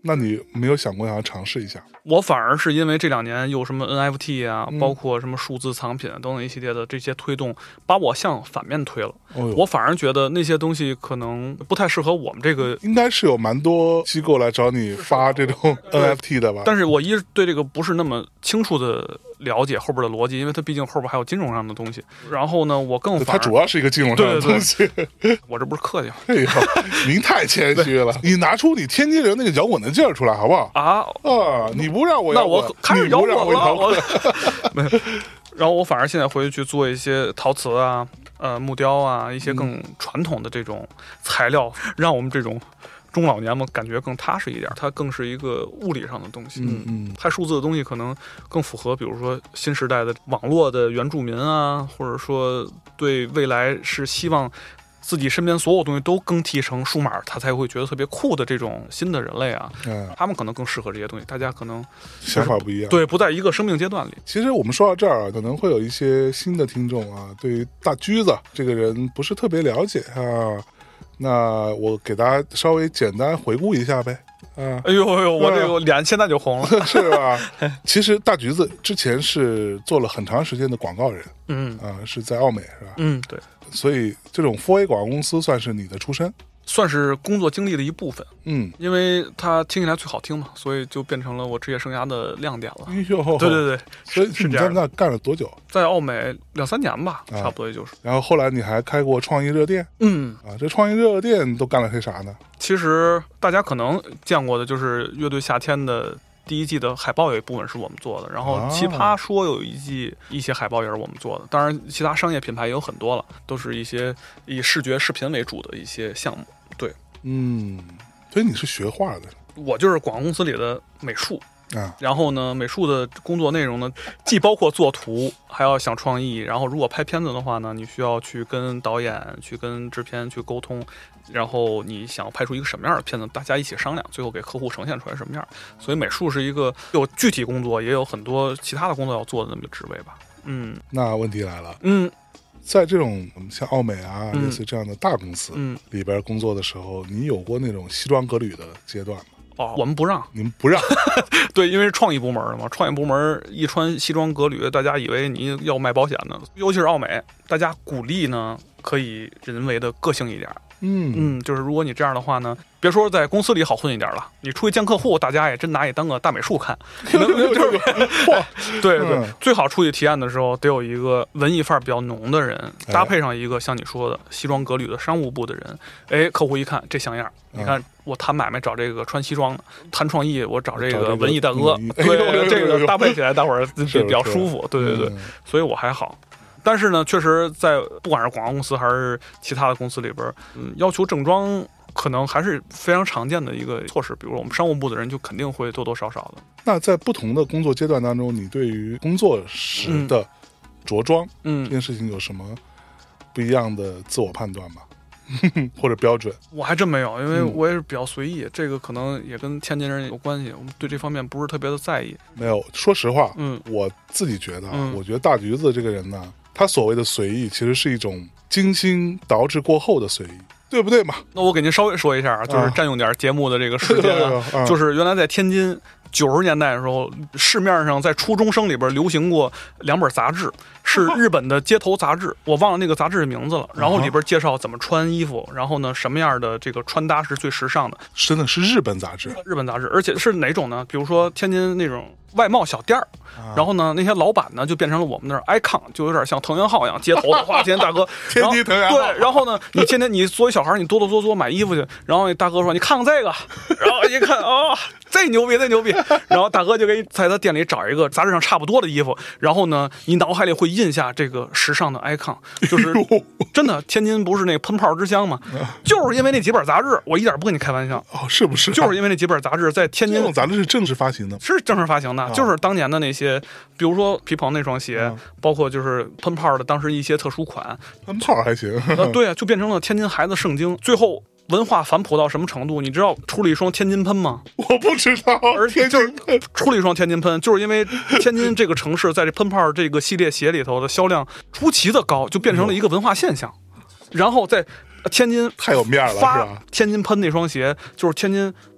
那你没有想过想要尝试一下？ 我反而是因为这2年有什么 NFT 啊，包括什么数字藏品等等一系列的这些推动，把我向反面推了。我反而觉得那些东西可能不太适合我们这个。 应该是有蛮多机构来找你发这种 NFT 的吧？ 但是我一直对这个不是那么清楚的了解后边的逻辑，因为它毕竟后边还有金融上的东西。然后呢，我更它主要是一个金融上的东西。 对我这不是客气吗？ 哎呦，您太谦虚了！你拿出你天津人那个摇滚的劲儿出来好不好？你不让我摇滚， 那我开始摇滚了。然后我反而现在回去做一些陶瓷啊、木雕啊，一些更传统的这种材料，让我们这种中老年们感觉更踏实一点。它更是一个物理上的东西。太数字的东西可能更符合，比如说新时代的网络的原住民啊，或者说对未来是希望自己身边所有东西都更替成数码，他才会觉得特别酷的这种新的人类啊，他们可能更适合这些东西。大家可能想法不一样， 对，不在一个生命阶段里。 其实我们说到这儿啊，可能会有一些新的听众啊，对于大橘子这个人不是特别了解啊。那我给大家稍微简单回顾一下呗。 哎呦，我这个脸现在就红了， 是吧？其实大橘子之前是做了很长时间的广告人，是在奥美是吧？ 对。 所以这种 4A 广告公司算是你的出身， 算是工作经历的一部分。因为它听起来最好听嘛，所以就变成了我职业生涯的亮点了。对， 所以你在那干了多久？ 在奥美2-3年吧，差不多也就是。 然后后来你还开过创意热店，这创意热店都干了些啥呢？ 其实大家可能见过的就是乐队夏天的第1季的海报有一部分是我们做的，然后奇葩说有一些海报也是我们做的，当然其他商业品牌也有很多了，都是一些以视觉视频为主的一些项目。对， 所以你是学画的？ 我就是广告公司里的美术。然后呢，美术的工作内容呢，既包括作图，还要想创意。然后如果拍片子的话呢，你需要去跟导演、去跟制片去沟通，然后你想拍出一个什么样的片子，大家一起商量，最后给客户呈现出来什么样。所以美术是一个有具体工作，也有很多其他的工作要做的那么一个职位吧。 那问题来了，在这种像奥美啊，类似这样的大公司里边工作的时候，你有过那种西装革履的阶段吗？ 我们不让， 你们不让？ 对，因为是创意部门的嘛，创意部门一穿西装革履，大家以为你要卖保险呢。尤其是奥美，大家鼓励呢可以人为的个性一点。就是如果你这样的话呢，别说在公司里好混一点了，你出去见客户，大家也真拿你当个大美术看。就是对，最好出去提案的时候，得有一个文艺范儿比较浓的人，搭配上一个像你说的西装革履的商务部的人。客户一看这像样，你看我谈买卖找这个穿西装的，谈创意我找这个文艺大哥，对，这个搭配起来大伙儿比较舒服。对，所以我还好。但是呢，确实在不管是广告公司还是其他的公司里边，要求正装可能还是非常常见的一个措施。比如我们商务部的人就肯定会多多少少的。 那在不同的工作阶段当中，你对于工作时的着装这件事情有什么不一样的自我判断吗？或者标准？我还真没有，因为我也是比较随意，这个可能也跟天津人有关系，我们对这方面不是特别的在意。没有，说实话，我自己觉得，我觉得大橘子这个人呢，他所谓的随意，其实是一种精心捯饬过后的随意，对不对嘛？那我给您稍微说一下，就是占用点节目的这个时间啊，就是原来在天津90年代的时候，市面上在初中生里边流行过2本杂志，是日本的街头杂志，我忘了那个杂志的名字了。然后里边介绍怎么穿衣服，然后呢什么样的这个穿搭是最时尚的。真的是日本杂志，日本杂志，而且是哪种呢？比如说天津那种外贸小店儿，然后呢那些老板呢就变成了我们那儿 icon， 就有点像藤原浩一样，街头的花钱大哥，天津藤原浩。对，然后呢你天天你作为小孩，你哆哆嗦嗦买衣服去，然后那大哥说你看看这个，然后一看这牛逼，这牛逼，然后大哥就给你在他店里找一个杂志上差不多的衣服，然后呢你脑海里会印下这个时尚的 icon， 就是真的，天津不是那个喷炮之乡吗？就是因为那几本杂志，我一点不跟你开玩笑。是不是？就是因为那几本杂志在天津，这种杂志是正式发行的，是正式发行的，就是当年的那些，比如说皮蓬那双鞋，包括就是喷炮的当时一些特殊款，喷炮还行，对啊，就变成了天津孩子圣经，最后。文化反哺到什么程度？你知道出了一双天津喷吗？我不知道，而且就是出了一双天津喷，就是因为天津这个城市在这喷泡这个系列鞋里头的销量出奇的高，就变成了一个文化现象。然后在天津太有面了，是吧？天津喷那双鞋就是天津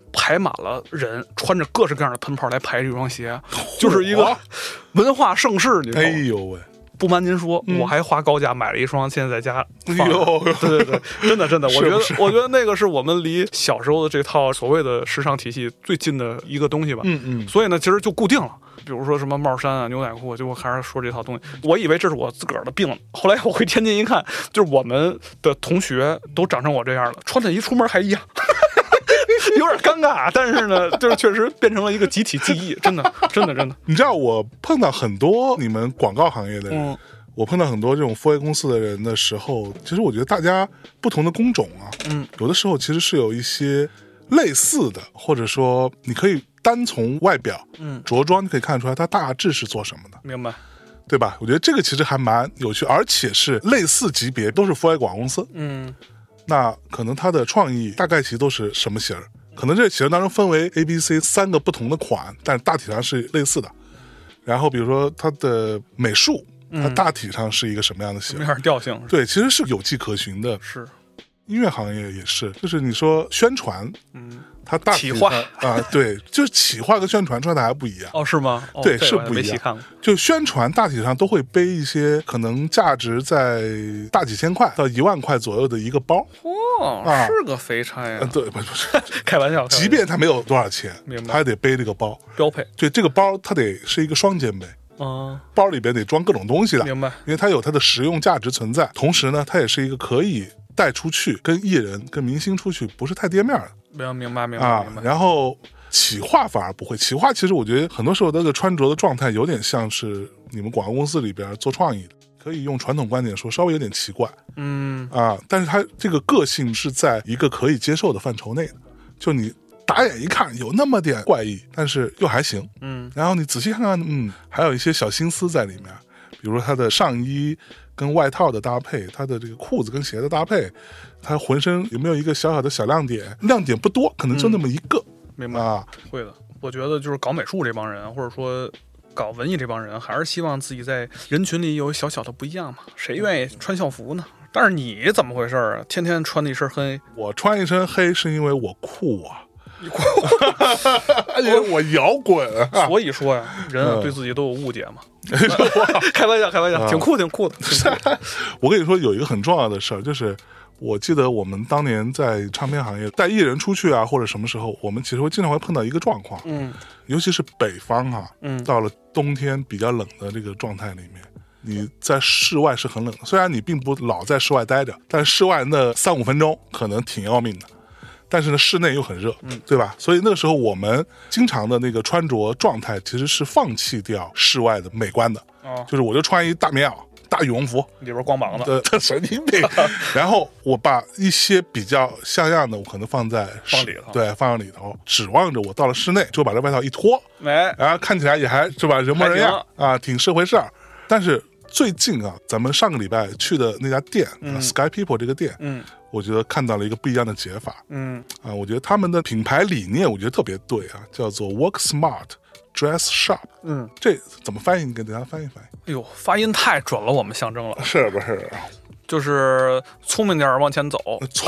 排满了人，穿着各式各样的喷泡来排这双鞋，就是一个文化盛世。你知道吗？ 哎呦喂！ 不瞒您说，我还花高价买了一双，现在在家放。对对对，真的，我觉得那个是我们离小时候的这套所谓的时尚体系最近的一个东西吧。所以呢，其实就固定了。比如说什么帽衫啊、牛仔裤，就还是说这套东西。我以为这是我自个儿的病，后来我回天津一看，就是我们的同学都长成我这样了，穿的一出门还一样。有点尴尬，但是呢，就是确实变成了一个集体记忆，真的。 你知道，我碰到很多你们广告行业的人，我碰到很多这种4A公司的人的时候，其实我觉得大家不同的工种啊，有的时候其实是有一些类似的，或者说你可以单从外表，着装就可以看出来他大致是做什么的， 明白？ 对吧？我觉得这个其实还蛮有趣，而且是类似级别，都是4A广告公司，那可能它的创意大概其实都是什么型儿？可能这个型儿当中分为 A、B、C 3个不同的款，但是大体上是类似的。然后比如说它的美术，它大体上是一个什么样的型？ 什么样调性？ 对，其实是有迹可循的。 是， 音乐行业也是，就是你说宣传，它大体上啊，对，就是企划跟宣传出来的还不一样。 哦，是吗？ 对，是不一样。就宣传大体上都会背一些可能价值在大几千块到1万块左右的一个包。 是个肥差呀！ 对，不是开玩笑。 即便他没有多少钱，他还得背这个包， 标配。 对，这个包它得是一个双肩背。包里边得装各种东西的， 明白？ 因为它有它的实用价值存在，同时呢，它也是一个可以带出去跟艺人、跟明星出去不是太跌面的。 明白然后企划反而不会，企划其实我觉得很多时候那个穿着的状态有点像是你们广告公司里边做创意的，可以用传统观点说稍微有点奇怪，但是它这个个性是在一个可以接受的范畴内的，就你打眼一看有那么点怪异，但是又还行，然后你仔细看看，还有一些小心思在里面，比如说它的上衣跟外套的搭配，它的这个裤子跟鞋的搭配，它浑身有没有一个小小的小亮点？亮点不多，可能就那么一个。 明白啊？会的。我觉得就是搞美术这帮人，或者说搞文艺这帮人，还是希望自己在人群里有小小的不一样嘛。谁愿意穿校服呢？但是你怎么回事啊？天天穿的一身黑。我穿一身黑是因为我酷啊。你酷，因为我摇滚啊。 所以说呀，人对自己都有误解嘛。开玩笑，挺酷的。 我跟你说，有一个很重要的事儿，就是我记得我们当年在唱片行业带艺人出去啊，或者什么时候，我们其实经常会碰到一个状况，尤其是北方啊，到了冬天比较冷的这个状态里面，你在室外是很冷的，虽然你并不老在室外待着，但室外那3-5分钟可能挺要命的。但是呢，室内又很热，对吧？所以那个时候我们经常的那个穿着状态其实是放弃掉室外的美观的，就是我就穿一大棉袄、大羽绒服， 里边光膀子， 神经病。然后我把一些比较像样的，我可能放里头，对，放在里头，指望着我到了室内就把这外套一脱，然后看起来也还是吧，人模人样啊，挺社会事儿。但是最近啊，咱们上个礼拜去的那家店，Sky People 这个店，我觉得看到了一个不一样的解法，我觉得他们的品牌理念我觉得特别对啊，叫做 Work Smart Dress Sharp，这怎么翻译？你给大家翻译翻译。 哎呦，发音太准了，我们象征了， 是不是？ 就是聪明点往前走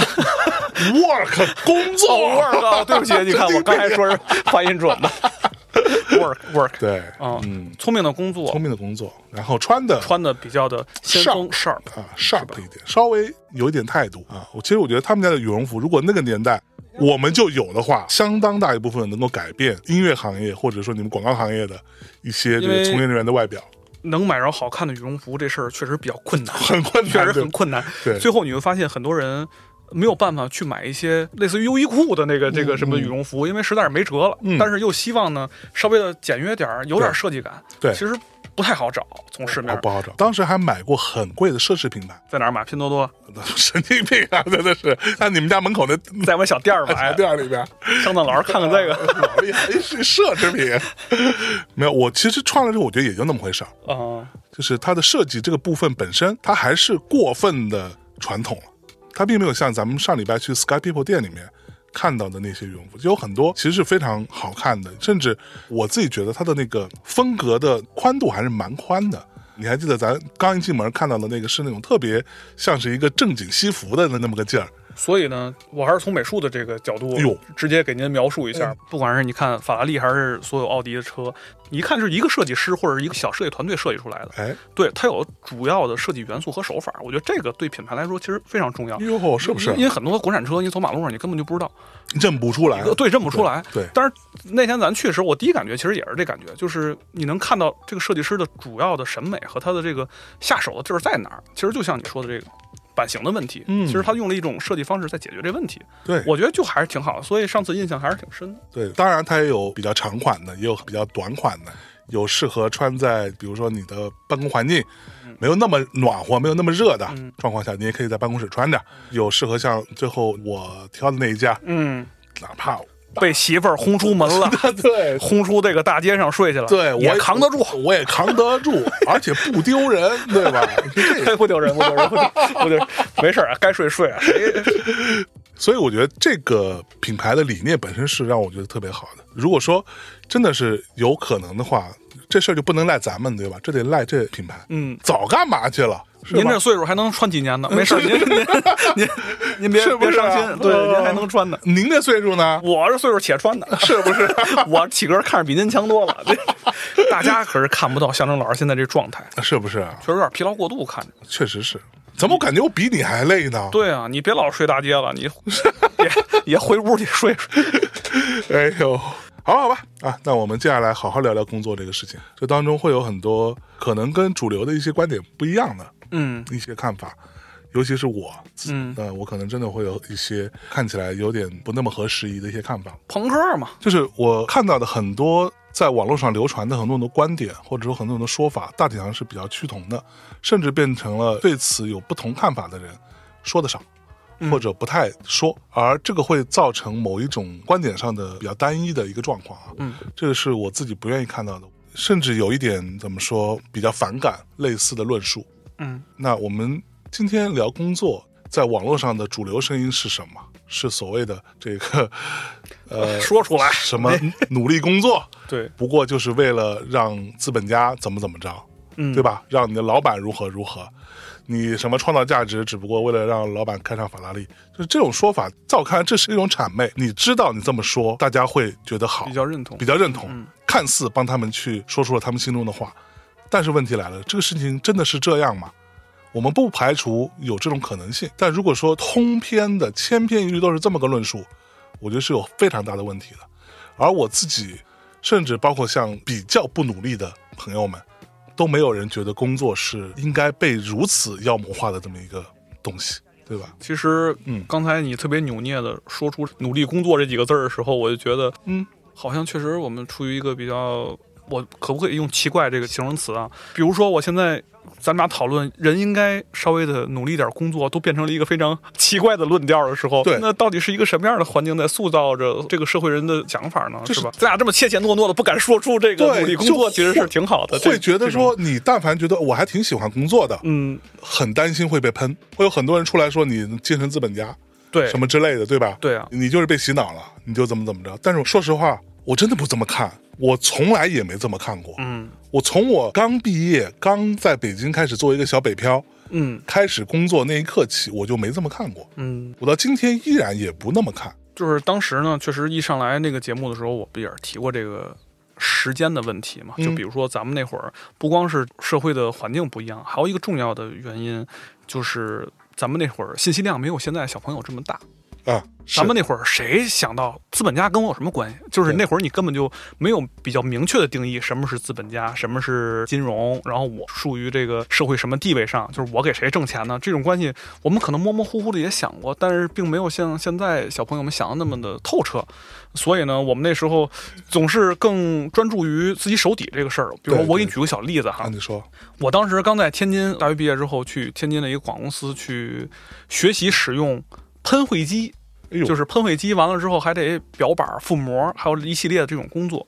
，work 工作 work，对不起，你看我刚才说是发音准的。work 对， 聪明的工作， 然后穿的比较的先锋 sharp 啊 sharp 一点，稍微有一点态度啊。其实我觉得他们家的羽绒服，如果那个年代我们就有的话，相当大一部分能够改变音乐行业或者说你们广告行业的一些这个从业人员的外表。 能买着好看的羽绒服这事儿确实比较困难， 很困难， 确实很困难。 对， 最后你会发现很多人没有办法去买一些类似于优衣库的这个什么羽绒服，因为实在是没辙了。但是又希望呢稍微的简约点，有点设计感。 对， 其实不太好找，从市面不好找。当时还买过很贵的奢侈品牌， 在哪儿买？拼多多？ 神经病啊！真的是，在你们家门口的， 在我们小店儿买， 小店里边。 上当老师看看这个， 老厉害，是奢侈品。没有，我其实穿了之后，我觉得也就那么回事啊。就是它的设计这个部分本身，它还是过分的传统了。它并没有像咱们上礼拜去 Sky People 店里面看到的那些羽绒服，就有很多其实是非常好看的，甚至我自己觉得它的那个风格的宽度还是蛮宽的。你还记得咱刚一进门看到的那个是那种特别像是一个正经西服的那么个劲儿， 所以呢，我还是从美术的这个角度直接给您描述一下。不管是你看法拉利还是所有奥迪的车，你一看是一个设计师或者是一个小设计团队设计出来的。哎，对，它有主要的设计元素和手法，我觉得这个对品牌来说其实非常重要。 哟，是不是？ 因为很多国产车你走马路上你根本就不知道， 认不出来。 对，认不出来。 对。 但是那天咱去的时候，我第一感觉其实也是这感觉，就是你能看到这个设计师的主要的审美和他的这个下手的地儿在哪儿。其实就像你说的这个版型的问题，其实他用了一种设计方式在解决这问题。 对， 我觉得就还是挺好的，所以上次印象还是挺深的。 对，当然它也有比较长款的，也有比较短款的，有适合穿在比如说你的办公环境没有那么暖和、没有那么热的状况下，你也可以在办公室穿着；有适合像最后我挑的那一家，哪怕被媳妇儿轰出门了， 对， 轰出这个大街上睡去了， 对， 也扛得住， 我也扛得住，而且不丢人，对吧？ 不丢人，不丢人，没事啊，该睡睡啊。 所以我觉得这个品牌的理念本身是让我觉得特别好的。如果说真的是有可能的话，这事儿就不能赖咱们，对吧？这得赖这品牌。早干嘛去了？ 您这岁数还能穿几年呢？没事，您别伤心，对，您还能穿呢。 您这岁数呢？ 我这岁数且穿呢， 是不是？ 我体格看着比您强多了。大家可是看不到象征老师现在这状态， 是不是？ 确实有点疲劳过度，看着。 确实是。怎么感觉我比你还累呢？ 对啊，你别老睡大街了，你也回屋里睡睡。 哎呦，好吧啊，那我们接下来好好聊聊工作这个事情。这当中会有很多可能跟主流的一些观点不一样的，一些看法，尤其是我，我可能真的会有一些看起来有点不那么合时宜的一些看法。 朋克嘛， 就是我看到的很多在网络上流传的很多的观点，或者说很多的说法，大体上是比较趋同的，甚至变成了对此有不同看法的人说的少，或者不太说，而这个会造成某一种观点上的比较单一的一个状况啊。这个是我自己不愿意看到的，甚至有一点怎么说比较反感类似的论述。那我们今天聊工作，在网络上的主流声音是什么？是所谓的这个说出来什么努力工作对， 不过就是为了让资本家怎么着，对吧？让你的老板如何，你什么创造价值只不过为了让老板开上法拉利，就是这种说法在我看来这是一种谄媚。你知道你这么说大家会觉得好， 比较认同， 看似帮他们去说出了他们心中的话，但是问题来了，这个事情真的是这样吗？我们不排除有这种可能性，但如果说通篇的千篇一律都是这么个论述，我觉得是有非常大的问题的。而我自己甚至包括像比较不努力的朋友们，都没有人觉得工作是应该被如此妖魔化的这么一个东西，对吧？ 其实刚才你特别扭捏的说出努力工作这几个字的时候，我就觉得好像确实我们处于一个比较，我可不可以用奇怪这个形容词啊？比如说我现在咱们俩讨论人应该稍微的努力点工作，都变成了一个非常奇怪的论调的时候， 对， 那到底是一个什么样的环境在塑造着这个社会人的想法呢？是吧？咱俩这么怯怯懦懦的不敢说出这个努力工作，其实是挺好的。 会觉得说你但凡觉得我还挺喜欢工作的，很担心会被喷，会有很多人出来说你精神资本家， 对， 什么之类的，对吧？ 对啊， 你就是被洗脑了，你就怎么着。但是说实话，我真的不这么看，我从来也没这么看过。我从我刚毕业，刚在北京开始做一个小北漂，开始工作那一刻起，我就没这么看过。我到今天依然也不那么看。 就是当时呢，确实一上来那个节目的时候，我不也是提过这个时间的问题嘛？就比如说咱们那会儿，不光是社会的环境不一样，还有一个重要的原因就是咱们那会儿信息量没有现在小朋友这么大。咱们那会儿谁想到资本家跟我有什么关系？就是那会儿你根本就没有比较明确的定义什么是资本家，什么是金融，然后我属于这个社会什么地位上，就是我给谁挣钱呢？这种关系我们可能模模糊糊的也想过，但是并没有像现在小朋友们想的那么的透彻。所以呢，我们那时候总是更专注于自己手底这个事儿。比如说我给你举个小例子哈， 你说， 我当时刚在天津大学毕业之后，去天津的一个广告公司去学习使用喷绘机。就是喷绘机完了之后还得表板覆膜，还有一系列的这种工作。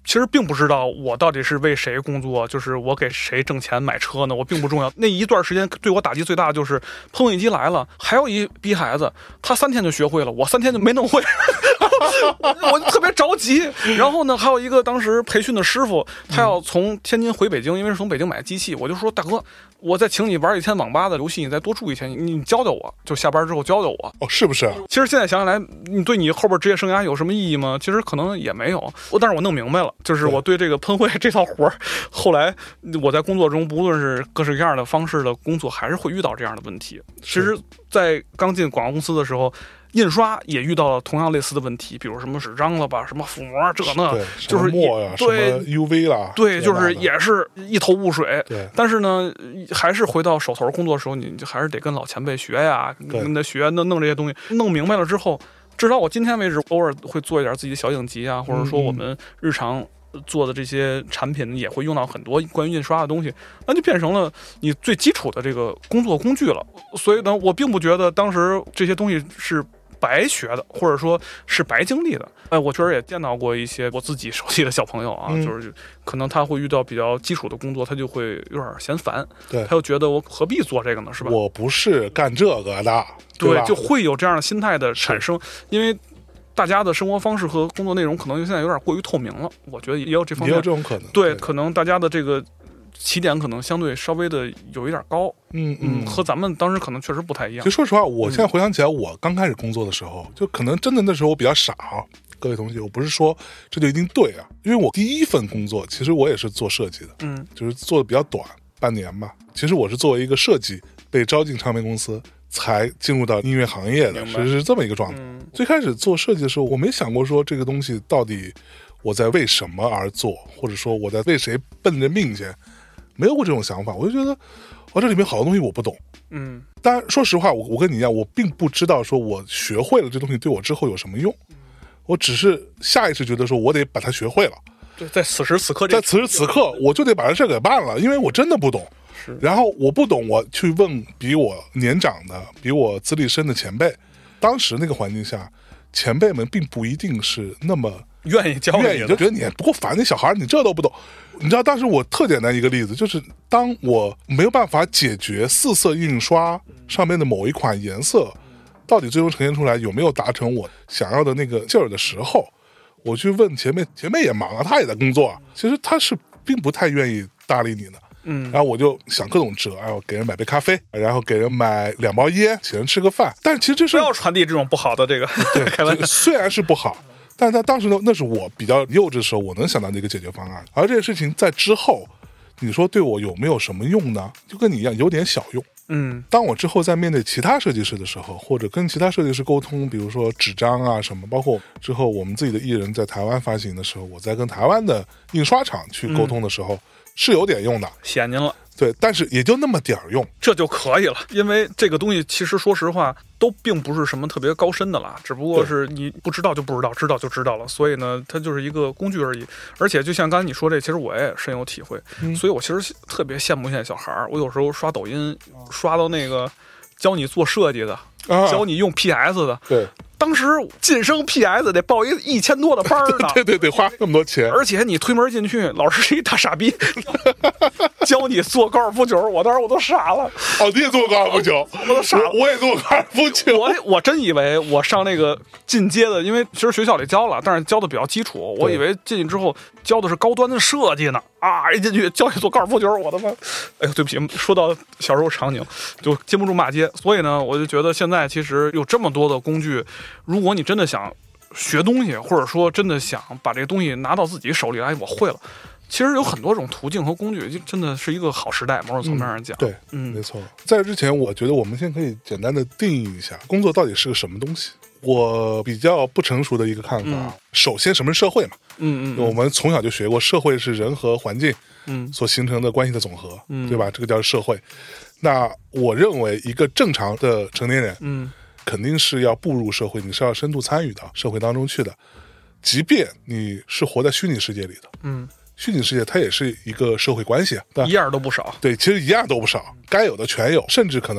其实并不知道我到底是为谁工作，就是我给谁挣钱买车呢，我并不重要。那一段时间对我打击最大的就是喷绘机来了，还有一逼孩子，他3天就学会了，我3天就没弄会。我就特别着急。然后呢，还有一个当时培训的师傅，他要从天津回北京，因为是从北京买机器，我就说大哥，我再请你玩一天网吧的游戏，你再多住一天，你教教我，就下班之后教教我。 哦，是不是？ 其实现在想起来，你对你后边职业生涯有什么意义吗？其实可能也没有。但是我弄明白了，就是我对这个喷绘这套活儿，后来我在工作中，不论是各式各样的方式的工作，还是会遇到这样的问题。其实，在刚进广告公司的时候，印刷也遇到了同样类似的问题，比如什么纸张了吧，什么覆膜这那，就是墨呀， 对 UV 啦， 对，就是也是一头雾水。 对， 但是呢，还是回到手头工作的时候，你就还是得跟老前辈学呀，跟他学弄这些东西，弄明白了之后，至少我今天为止，偶尔会做一点自己的小影集啊，或者说我们日常做的这些产品也会用到很多关于印刷的东西，那就变成了你最基础的这个工作工具了。所以呢，我并不觉得当时这些东西是白学的，或者说是白经历的。我确实也见到过一些我自己熟悉的小朋友啊，就是可能他会遇到比较基础的工作，他就会有点嫌烦， 对， 他就觉得我何必做这个呢，是吧？ 我不是干这个的， 对，就会有这样的心态的产生，因为大家的生活方式和工作内容可能现在有点过于透明了，我觉得也有这方面， 也有这种可能。 对，可能大家的这个起点可能相对稍微的有一点高，和咱们当时可能确实不太一样。 其实说实话，我现在回想起来，我刚开始工作的时候，就可能真的那时候我比较傻啊。各位同学，我不是说这就一定对啊，因为我第一份工作其实我也是做设计的，就是做的比较短，半年吧。其实我是作为一个设计被招进唱片公司，才进入到音乐行业的，其实是这么一个状态。最开始做设计的时候，我没想过说这个东西到底我在为什么而做，或者说我在为谁奔着命去，没有过这种想法。我就觉得这里面好多东西我不懂。当然说实话，我跟你一样，我并不知道说我学会了这东西对我之后有什么用，我只是下意识觉得说我得把它学会了。 对，在此时此刻， 在此时此刻我就得把这事给办了，因为我真的不懂。然后我不懂，我去问比我年长的、比我资历深的前辈。当时那个环境下，前辈们并不一定是那么愿意教你， 就觉得你不够烦，你小孩你这都不懂。你知道当时我特简单一个例子，就是当我没有办法解决4色印刷上面的某一款颜色到底最终呈现出来有没有达成我想要的那个劲儿的时候，我去问前辈，前辈也忙啊，他也在工作啊，其实他是并不太愿意搭理你的。然后我就想各种辙，给人买杯咖啡，然后给人买2包烟，请人吃个饭。但是其实这是不要传递这种不好的这个， 对，虽然是不好，但是在当时呢，那是我比较幼稚的时候，我能想到的一个解决方案。而这件事情在之后，你说对我有没有什么用呢？就跟你一样，有点小用。当我之后在面对其他设计师的时候，或者跟其他设计师沟通，比如说纸张啊什么，包括之后我们自己的艺人在台湾发行的时候，我在跟台湾的印刷厂去沟通的时候，是有点用的， 显您了。 对，但是也就那么点儿用， 这就可以了。因为这个东西其实说实话都并不是什么特别高深的啦，只不过是你不知道就不知道，知道就知道了。所以呢，它就是一个工具而已。而且就像刚才你说这，其实我也深有体会。所以我其实特别羡慕现在小孩儿。我有时候刷抖音，刷到那个教你做设计的，教你用 PS 的， 对。 当时晋升 PS 得报1000多的班呢， 对，花那么多钱， 而且你推门进去，老师是一大傻逼，教你做高尔夫球，我当时我都傻了。 你也做过高尔夫球？ 我都傻了。 我也做过高尔夫球。 我真以为我上那个进阶的，因为其实学校里教了，但是教的比较基础，我以为进去之后教的是高端的设计呢。一进去教你做高尔夫球，我他妈，哎呦，对不起，说到小时候场景就禁不住骂街。所以呢，我就觉得现在其实有这么多的工具，如果你真的想学东西，或者说真的想把这个东西拿到自己手里来，我会了。其实有很多种途径和工具，就真的是一个好时代。某种层面上讲， 对，没错。在这之前，我觉得我们先可以简单的定义一下工作到底是个什么东西。我比较不成熟的一个看法，首先什么是社会嘛？我们从小就学过，社会是人和环境所形成的关系的总和，对吧？这个叫社会。那我认为一个正常的成年人，肯定是要步入社会，你是要深度参与到社会当中去的，即便你是活在虚拟世界里的，虚拟世界它也是一个社会关系， 一样都不少。 对，其实一样都不少，该有的全有，甚至可能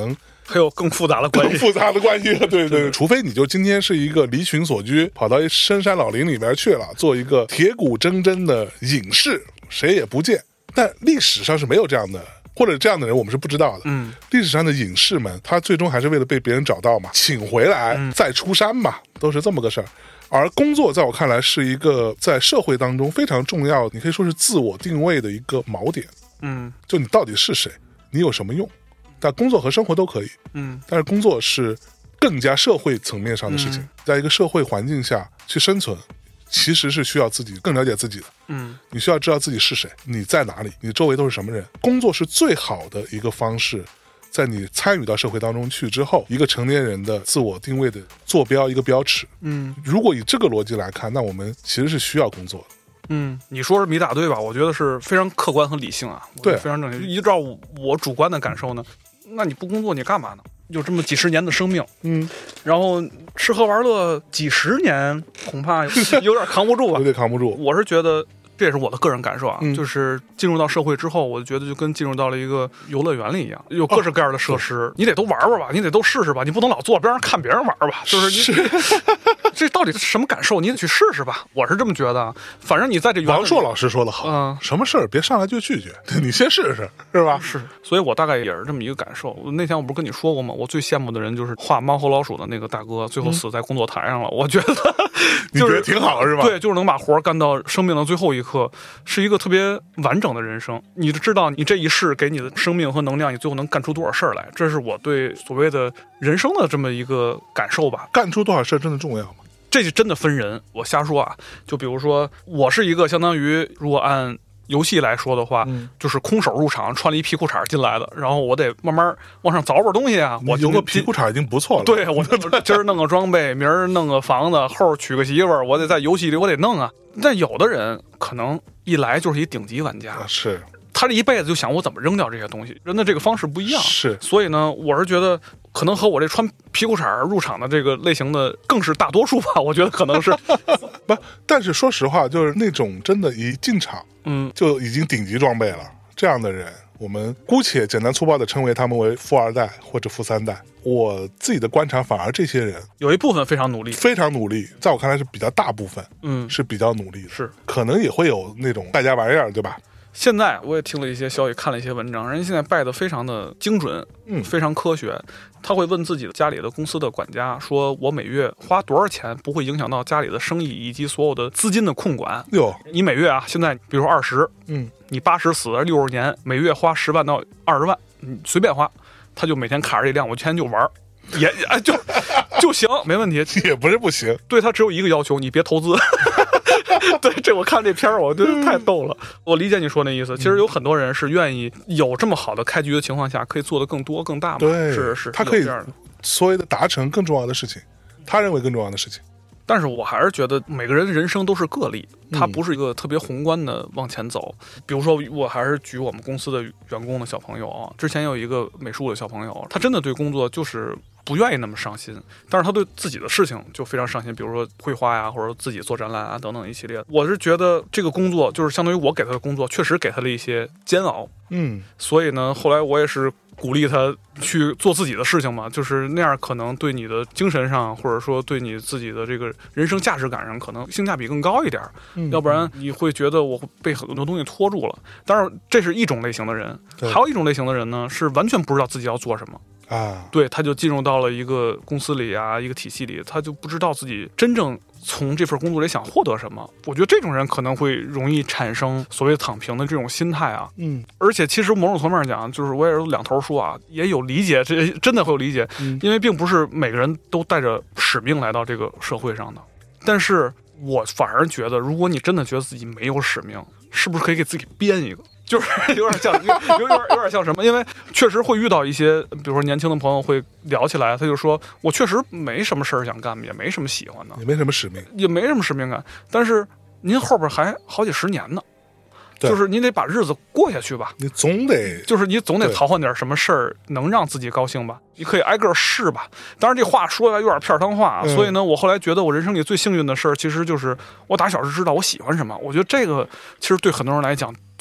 还有更复杂的关系， 更复杂的关系。对对，除非你就今天是一个离群所居，跑到深山老林里边去了，做一个铁骨铮铮的隐士，谁也不见。但历史上是没有这样的，或者这样的人我们是不知道的。历史上的隐士们，他最终还是为了被别人找到嘛，请回来再出山嘛，都是这么个事儿。而工作在我看来是一个在社会当中非常重要，你可以说是自我定位的一个锚点。就你到底是谁，你有什么用？但工作和生活都可以。但是工作是更加社会层面上的事情，在一个社会环境下去生存，其实是需要自己更了解自己的。你需要知道自己是谁，你在哪里，你周围都是什么人。工作是最好的一个方式，在你参与到社会当中去之后，一个成年人的自我定位的坐标，一个标尺。如果以这个逻辑来看，那我们其实是需要工作的。 你说是米大队吧，我觉得是非常客观和理性啊， 对， 非常正确。依照我主观的感受呢，那你不工作你干嘛呢？有这么几十年的生命，然后吃喝玩乐几十年，恐怕有点扛不住啊， 有点扛不住。 我是觉得。这也是我的个人感受啊，就是进入到社会之后，我就觉得就跟进入到了一个游乐园里一样，有各式各样的设施，你得都玩玩吧，你得都试试吧，你不能老坐边上看别人玩吧，就是你这到底是什么感受，你得去试试吧，我是这么觉得。反正你在这王朔老师说的好，什么事儿别上来就拒绝，你先试试，是吧？ 是，所以我大概也是这么一个感受。那天我不是跟你说过吗？我最羡慕的人就是画猫和老鼠的那个大哥，最后死在工作台上了。我觉得你觉得挺好是吧？ 对，就是能把活干到生命的最后一刻，是一个特别完整的人生。你就知道你这一世给你的生命和能量，你最后能干出多少事儿来。这是我对所谓的人生的这么一个感受吧。 干出多少事儿真的重要吗？ 这就真的分人。我瞎说啊，就比如说我是一个相当于，如果按游戏来说的话，就是空手入场，穿了一皮裤衩进来的，然后我得慢慢往上凿吧东西啊。我有个皮裤衩已经不错了。 对，我今儿弄个装备，明儿弄个房子，后娶个媳妇儿，我得在游戏里我得弄啊。但有的人可能一来就是一顶级玩家， 是他这一辈子就想我怎么扔掉这些东西，人的这个方式不一样。 是， 所以呢，我是觉得可能和我这穿皮裤衩入场的这个类型的更是大多数吧。我觉得可能是不，但是说实话，就是那种真的一进场，就已经顶级装备了这样的人，我们姑且简单粗暴的称为他们为富二代或者富三代。我自己的观察，反而这些人有一部分非常努力， 非常努力，在我看来是比较大部分，是比较努力的， 是可能也会有那种败家玩意儿，对吧？ 现在我也听了一些消息，看了一些文章，人家现在拜得非常的精准，非常科学。他会问自己的家里的公司的管家，说我每月花多少钱不会影响到家里的生意以及所有的资金的控管。你每月啊，现在比如说20，你80死了60年，每月花10万到20万，你随便花，他就每天卡着这量，我今天就玩。也就行，没问题， 也不是不行。 对他只有一个要求，你别投资。对，这我看这片儿，我觉得太逗了。我理解你说那意思。其实有很多人是愿意有这么好的开局的情况下，可以做得更多更大嘛。 对， 是， 他可以所谓的达成更重要的事情，他认为更重要的事情。 但是我还是觉得每个人人生都是个例，他不是一个特别宏观的往前走。比如说，我还是举我们公司的员工的小朋友啊，之前有一个美术的小朋友，他真的对工作就是不愿意那么上心，但是他对自己的事情就非常上心，比如说绘画呀，或者自己做展览啊等等一系列。我是觉得这个工作就是相当于我给他的工作，确实给他了一些煎熬。所以呢，后来我也是鼓励他去做自己的事情嘛，就是那样可能对你的精神上，或者说对你自己的这个人生价值感上，可能性价比更高一点。要不然你会觉得我被很多东西拖住了。当然，这是一种类型的人，还有一种类型的人呢，是完全不知道自己要做什么。对，他就进入到了一个公司里啊，一个体系里，他就不知道自己真正从这份工作里想获得什么。我觉得这种人可能会容易产生所谓躺平的这种心态啊。而且其实某种层面讲，就是我也是两头说啊，也有理解，这真的会有理解，因为并不是每个人都带着使命来到这个社会上的。但是我反而觉得，如果你真的觉得自己没有使命，是不是可以给自己编一个？就是有点像，有点像什么？因为确实会遇到一些，比如说年轻的朋友会聊起来，他就说我确实没什么事儿想干，也没什么喜欢的， 也没什么使命， 也没什么使命感。但是您后边还好几十年呢，就是你得把日子过下去吧。 你总得淘换点什么事儿，能让自己高兴吧。你可以挨个试吧。当然这话说的有点片儿汤话，所以呢，我后来觉得我人生里最幸运的事儿，其实就是我打小就知道我喜欢什么。我觉得这个其实对很多人来讲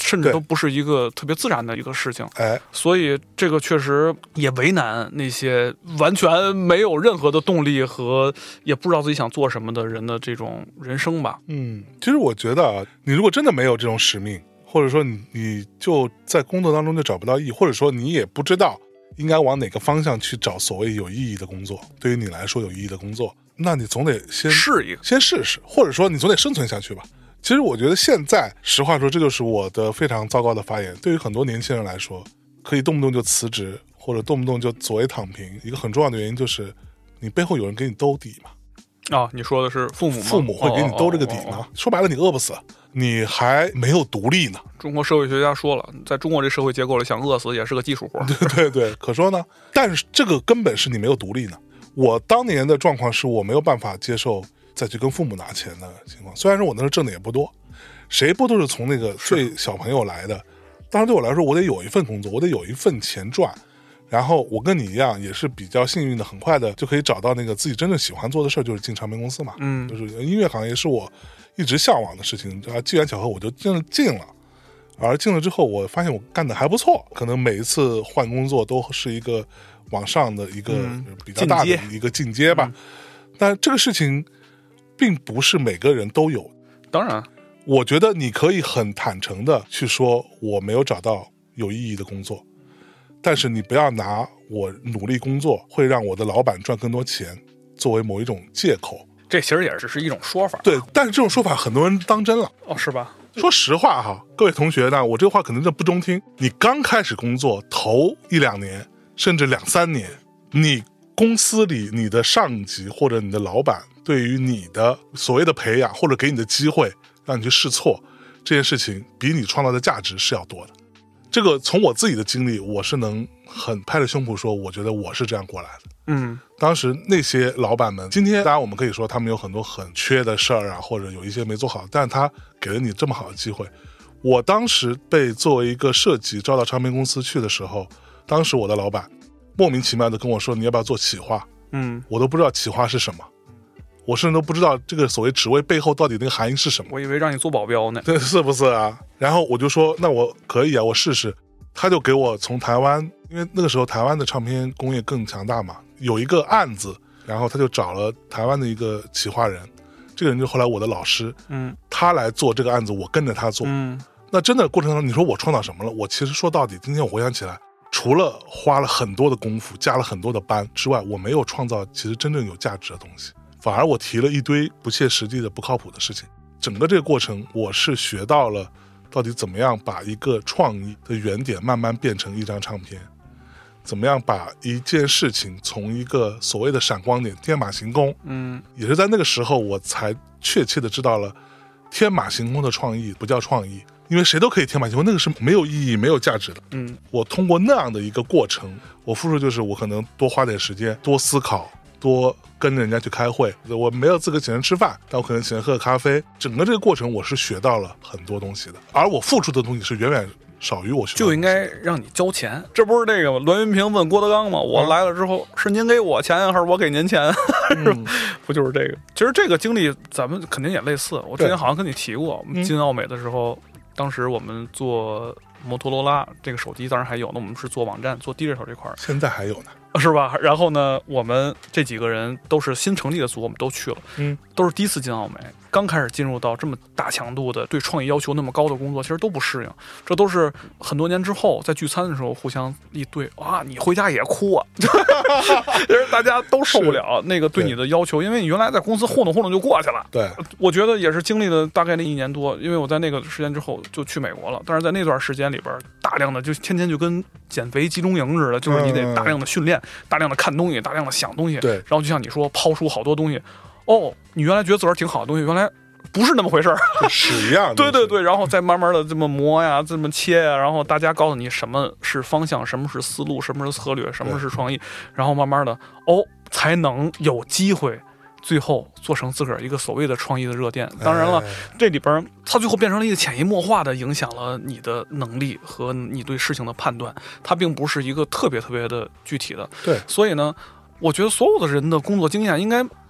甚至都不是一个特别自然的一个事情。所以这个确实也为难那些完全没有任何的动力和也不知道自己想做什么的人的这种人生吧。 其实我觉得啊，你如果真的没有这种使命，或者说你就在工作当中就找不到意义，或者说你也不知道应该往哪个方向去找所谓有意义的工作，对于你来说有意义的工作，那你总得先试试，或者说你总得生存下去吧。其实我觉得现在实话说，这就是我的非常糟糕的发言。对于很多年轻人来说，可以动不动就辞职，或者动不动就所谓躺平，一个很重要的原因就是你背后有人给你兜底嘛。 你说的是父母吗？ 父母会给你兜这个底呢。说白了，你饿不死，你还没有独立呢。 中国社会学家说了，在中国这社会结构里，想饿死也是个技术活。 对，可说呢。但是这个根本是你没有独立呢。我当年的状况是我没有办法接受再去跟父母拿钱的情况。虽然说我那时候挣的也不多，谁不都是从那个最小朋友来的？当时对我来说，我得有一份工作，我得有一份钱赚。然后我跟你一样，也是比较幸运的，很快的就可以找到那个自己真正喜欢做的事儿，就是进唱片公司嘛。就是音乐行业是我一直向往的事情，机缘巧合我就真的进了。而进了之后，我发现我干的还不错，可能每一次换工作都是一个往上的一个比较大的一个进阶吧。但这个事情并不是每个人都有。 当然， 我觉得你可以很坦诚的去说我没有找到有意义的工作。但是你不要拿我努力工作会让我的老板赚更多钱作为某一种借口， 这其实也只是一种说法。 对，但是这种说法很多人当真了。 是吧？ 说实话哈，各位同学呢，我这个话可能就不中听。你刚开始工作头1-2年，甚至2-3年，你公司里你的上级或者你的老板对于你的所谓的培养或者给你的机会让你去试错，这件事情比你创造的价值是要多的。这个从我自己的经历，我是能很拍着胸脯说，我觉得我是这样过来的。当时那些老板们，今天当然我们可以说他们有很多很缺的事儿啊，或者有一些没做好，但是他给了你这么好的机会。我当时被作为一个设计招到唱片公司去的时候，当时我的老板莫名其妙的跟我说，你要不要做企划？我都不知道企划是什么，我甚至都不知道这个所谓职位背后到底那个含义是什么。 我以为让你做保镖呢。 对，是不是啊？然后我就说那我可以啊，我试试。他就给我从台湾，因为那个时候台湾的唱片工业更强大嘛，有一个案子，然后他就找了台湾的一个企划人，这个人就后来我的老师，他来做这个案子，我跟着他做。那真的过程中你说我创造什么了？我其实说到底，今天我回想起来，除了花了很多的功夫，加了很多的班之外，我没有创造其实真正有价值的东西，反而我提了一堆不切实际的不靠谱的事情。整个这个过程我是学到了到底怎么样把一个创意的原点慢慢变成一张唱片，怎么样把一件事情从一个所谓的闪光点天马行空，也是在那个时候我才确切的知道了天马行空的创意不叫创意，因为谁都可以天马行空，那个是没有意义没有价值的。我通过那样的一个过程，我付出就是我可能多花点时间，多思考，多跟人家去开会，我没有资格请人吃饭，但我可能请人喝个咖啡。整个这个过程我是学到了很多东西的，而我付出的东西是远远少于我学到的。 就应该让你交钱，这不是那个栾云平问郭德纲吗？我来了之后是您给我钱还是我给您钱？不就是这个？其实这个经历咱们肯定也类似。我之前好像跟你提过，进奥美的时候，当时我们做摩托罗拉这个手机当然还有，那我们是做网站做 digital 这块， 现在还有呢。 是吧？然后呢，我们这几个人都是新成立的组，我们都去了，都是第一次进奥美，刚开始进入到这么大强度的、对创意要求那么高的工作，其实都不适应。这都是很多年之后在聚餐的时候互相一对，哇，你回家也哭啊，就是大家都受不了那个对你的要求，因为你原来在公司糊弄糊弄就过去了。 对， 我觉得也是经历了大概那1年多，因为我在那个时间之后就去美国了，但是在那段时间里边，大量的就天天就跟减肥集中营似的，就是你得大量的训练。大量的看东西，大量的想东西， 对， 然后就像你说，抛出好多东西。哦，你原来觉得自个儿挺好的东西，原来不是那么回事儿， 屎一样。 对对对，然后再慢慢的这么磨呀，这么切呀，然后大家告诉你什么是方向，什么是思路，什么是策略，什么是创意，然后慢慢的才能有机会。最后做成自个儿一个所谓的创意的热点。当然了，这里边它最后变成了一个潜移默化的影响了你的能力和你对事情的判断，它并不是一个特别特别的具体的。 对， 所以呢，我觉得所有的人的工作经验应该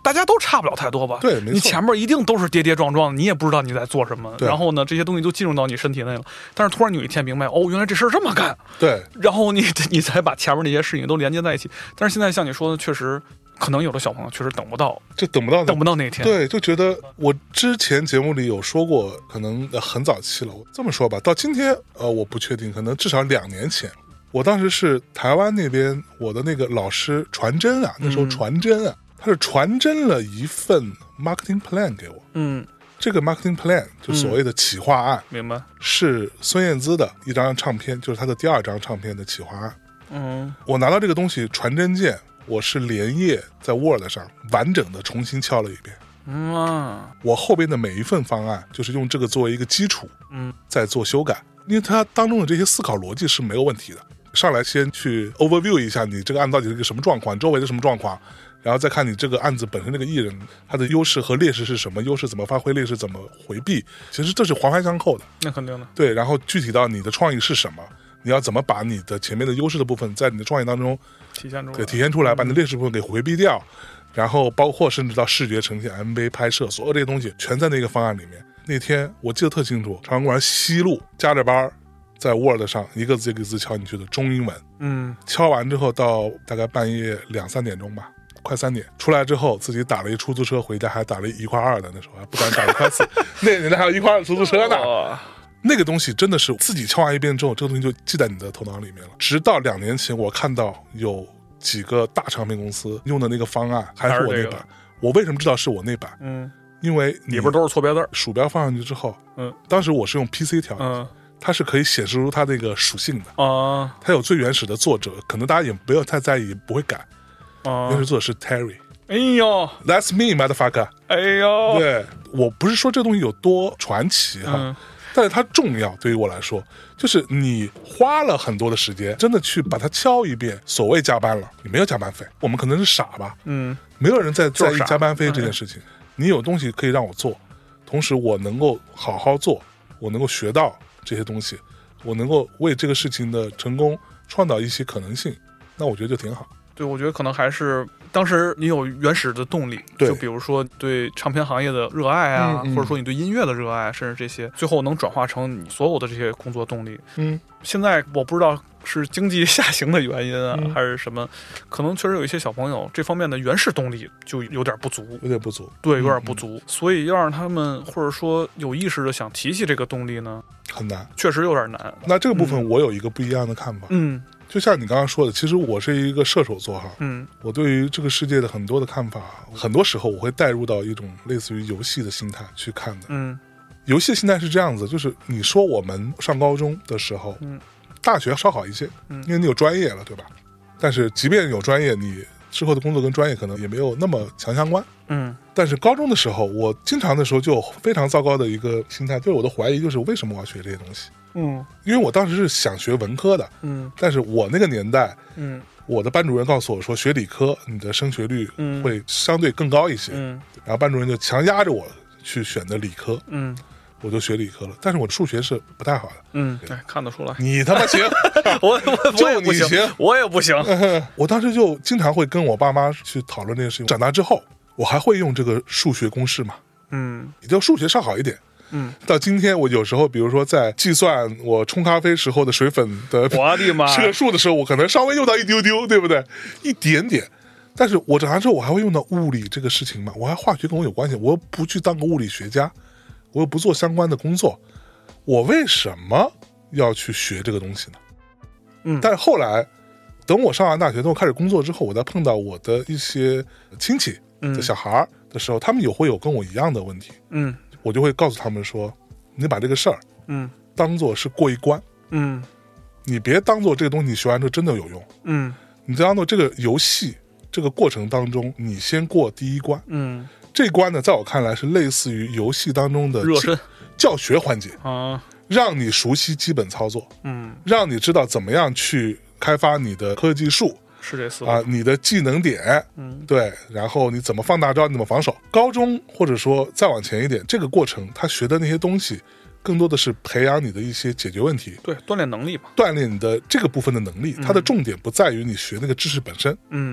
大家都差不了太多吧？ 对，没错。 你前面一定都是跌跌撞撞，你也不知道你在做什么。然后呢，这些东西就进入到你身体内了。但是突然有一天明白，哦，原来这事儿这么干。 对。 然后你才把前面那些事情都连接在一起。但是现在像你说的，确实可能有的小朋友确实等不到那天。 对，就觉得我之前节目里有说过，可能很早期了。这么说吧，到今天我不确定，可能至少2年前。我当时是台湾那边我的那个老师传真啊，那时候传真啊，他是传真了一份 marketing plan 给我。这个 marketing plan 就所谓的企划案， 明白， 是孙燕姿的一张唱片，就是他的第2张唱片的企划案。我拿到这个东西传真件，我是连夜在 Word 上完整的重新敲了一遍。我后边的每一份方案就是用这个作为一个基础，再做修改，因为它当中的这些思考逻辑是没有问题的。上来先去 overview 一下你这个案到底是个什么状况，周围的什么状况，然后再看你这个案子本身这个艺人他的优势和劣势是什么，优势怎么发挥，劣势怎么回避，其实这是环环相扣的。 那肯定的。 对，然后具体到你的创意是什么，你要怎么把你的前面的优势的部分在你的创意当中体现出来，把你的劣势部分给回避掉，然后包括甚至到视觉呈现 MV 拍摄，所有这些东西全在那个方案里面。那天我记得特清楚，朝阳公园西路加着班在 Word 上一个字一个字敲进去的中英文。敲完之后到大概半夜2、3点钟吧，快3点出来之后，自己打了一出租车回家，还打了1块2的，那时候还不敢打1块4，那年代还有1块2的出租车呢。那个东西真的是自己敲完一遍之后，这个东西就记在你的头脑里面了。直到2年前，我看到有几个大唱片公司用的那个方案还是我那版。我为什么知道是我那版？因为里边都是错别字， 鼠标放上去之后，当时我是用 PC 调的。它是可以显示出它那个属性的它有最原始的作者，可能大家也不要太在意，不会改。原始作者是 Terry。 哎呦 ，That's me, motherfucker。 哎呦， 对，我不是说这东西有多传奇哈，但是它重要。对于我来说，就是你花了很多的时间，真的去把它敲一遍。所谓加班了，你没有加班费，我们可能是傻吧，没有人在意加班费这件事情。你有东西可以让我做，同时我能够好好做，我能够学到这些东西，我能够为这个事情的成功创造一些可能性，那我觉得就挺好。 对，我觉得可能还是当时你有原始的动力，就比如说对唱片行业的热爱啊，或者说你对音乐的热爱，甚至这些最后能转化成你所有的这些工作动力。现在我不知道是经济下行的原因啊，还是什么，可能确实有一些小朋友这方面的原始动力就有点不足，对，有点不足，所以要让他们或者说有意识的想提起这个动力呢， 很难， 确实有点难。 那这个部分我有一个不一样的看法。就像你刚刚说的，其实我是一个射手座哈，我对于这个世界的很多的看法，很多时候我会带入到一种类似于游戏的心态去看的。游戏的心态是这样子，就是你说我们上高中的时候，大学稍好一些，因为你有专业了，对吧？但是即便有专业，你之后的工作跟专业可能也没有那么强相关。但是高中的时候，我经常的时候就有非常糟糕的一个心态，就是我的怀疑就是为什么我要学这些东西。因为我当时是想学文科的，但是我那个年代，我的班主任告诉我说，学理科你的升学率会相对更高一些，然后班主任就强压着我去选的理科，我就学理科了，但是我数学是不太好的。 对，看得出来。 你他妈行， 我也不行，我也不行。 我当时就经常会跟我爸妈去讨论这件事情。长大之后，我还会用这个数学公式嘛，也就数学稍好一点。到今天我有时候比如说在计算我冲咖啡时候的水粉的摄数的时候，我可能稍微用到一丢丢，对不对？一点点。但是我长大之后我还会用到物理这个事情嘛，我还化学跟我有关系，我又不去当个物理学家，我又不做相关的工作，我为什么要去学这个东西呢？但是后来等我上完大学，等我开始工作之后，我再碰到我的一些亲戚的小孩的时候，他们会有跟我一样的问题。我就会告诉他们说，你把这个事儿当做是过一关，你别当做这个东西你学完之后真的有用，你当做这个游戏这个过程当中你先过第一关，这一关呢在我看来是类似于游戏当中的热身教学环节让你熟悉基本操作，让你知道怎么样去开发你的科技树， 是这思路你的技能点，对，然后你怎么放大招，你怎么防守。高中或者说再往前一点，这个过程他学的那些东西更多的是培养你的一些解决问题， 对，锻炼能力嘛， 锻炼你的这个部分的能力，它的重点不在于你学那个知识本身，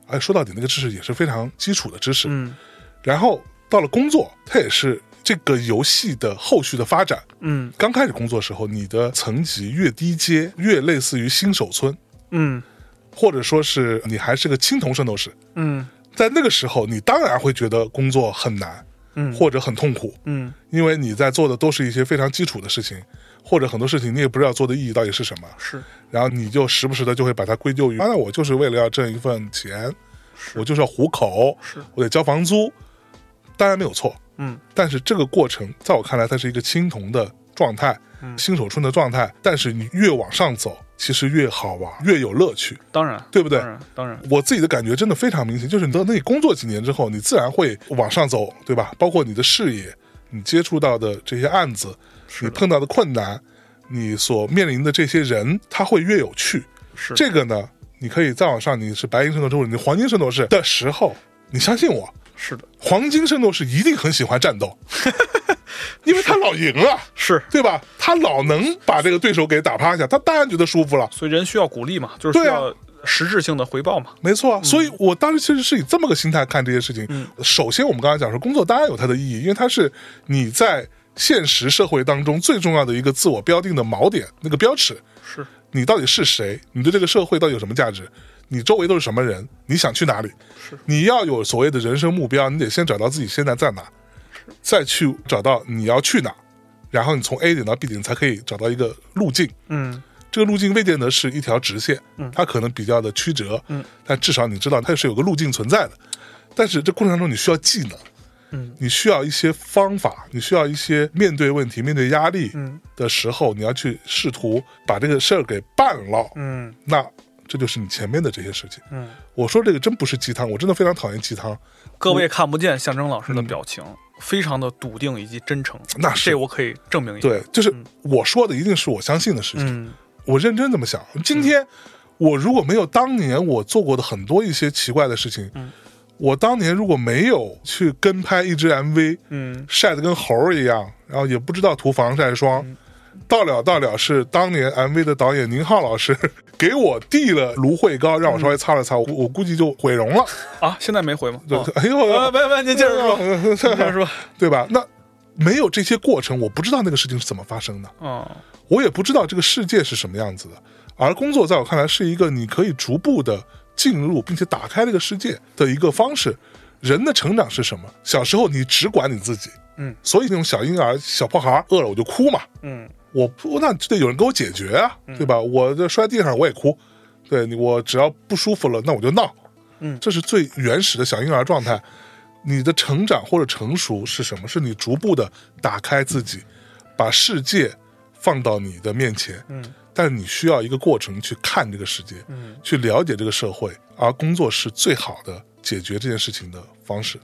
说到底那个知识也是非常基础的知识。然后到了工作，它也是这个游戏的后续的发展。刚开始工作的时候，你的层级越低阶，越类似于新手村。或者说是你还是个青铜圣斗士。在那个时候，你当然会觉得工作很难，或者很痛苦。因为你在做的都是一些非常基础的事情，或者很多事情你也不知道做的意义到底是什么。 是， 然后你就时不时的就会把它归咎于，那我就是为了要挣一份钱，我就是要糊口，我得交房租。当然没有错。但是这个过程在我看来它是一个青铜的状态，新手村的状态。但是你越往上走，其实越好玩，越有乐趣。 当然， 对不对？ 当然， 我自己的感觉真的非常明显，就是等你工作几年之后，你自然会往上走，对吧？包括你的视野，你接触到的这些案子，你碰到的困难，你所面临的这些人，他会越有趣。 是这个呢，你可以再往上，你是白银圣斗士，你黄金圣斗士的时候，你相信我。 是的， 黄金圣斗士一定很喜欢战斗，因为他老赢了， 是对吧？他老能把这个对手给打趴下，他当然觉得舒服了。 所以人需要鼓励嘛，就是需要实质性的回报嘛。 没错。所以我当时其实是以这么个心态看这些事情。首先我们刚才讲说，工作当然有它的意义，因为它是你在现实社会当中最重要的一个自我标定的锚点，那个标尺。 是你到底是谁？你对这个社会到底有什么价值？你周围都是什么人？你想去哪里？你要有所谓的人生目标，你得先找到自己现在在哪，再去找到你要去哪，然后你从 A 点到 B 点才可以找到一个路径。这个路径未见得是一条直线，它可能比较的曲折，但至少你知道它是有个路径存在的。但是这过程当中你需要技能，你需要一些方法，你需要一些面对问题、面对压力的时候，你要去试图把这个事儿给办了。那这就是你前面的这些事情。我说这个真不是鸡汤，我真的非常讨厌鸡汤。 各位看不见象征老师的表情，非常的笃定以及真诚。 那是这我可以证明一下。 对，就是我说的一定是我相信的事情。我认真这么想。今天我如果没有当年我做过的很多一些奇怪的事情，我当年如果没有去跟拍一支 MV，晒得跟猴一样，然后也不知道涂防晒霜。到了是当年 MV 的导演宁浩老师给我递了芦荟膏，让我稍微擦了擦，我估计就毁容了啊！现在没毁吗？ 对，哎呦， 没，您接着说，接着说， 对吧？那没有这些过程，我不知道那个事情是怎么发生的，我也不知道这个世界是什么样子的。而工作在我看来是一个你可以逐步的进入并且打开这个世界的一个方式。人的成长是什么？小时候你只管你自己，所以那种小婴儿、小破孩饿了我就哭嘛，那就得有人给我解决啊，对吧？我这摔地上我也哭，对你，我只要不舒服了，那我就闹，这是最原始的小婴儿状态。你的成长或者成熟是什么？是你逐步的打开自己，把世界放到你的面前，但是你需要一个过程去看这个世界，去了解这个社会，而工作是最好的解决这件事情的方式。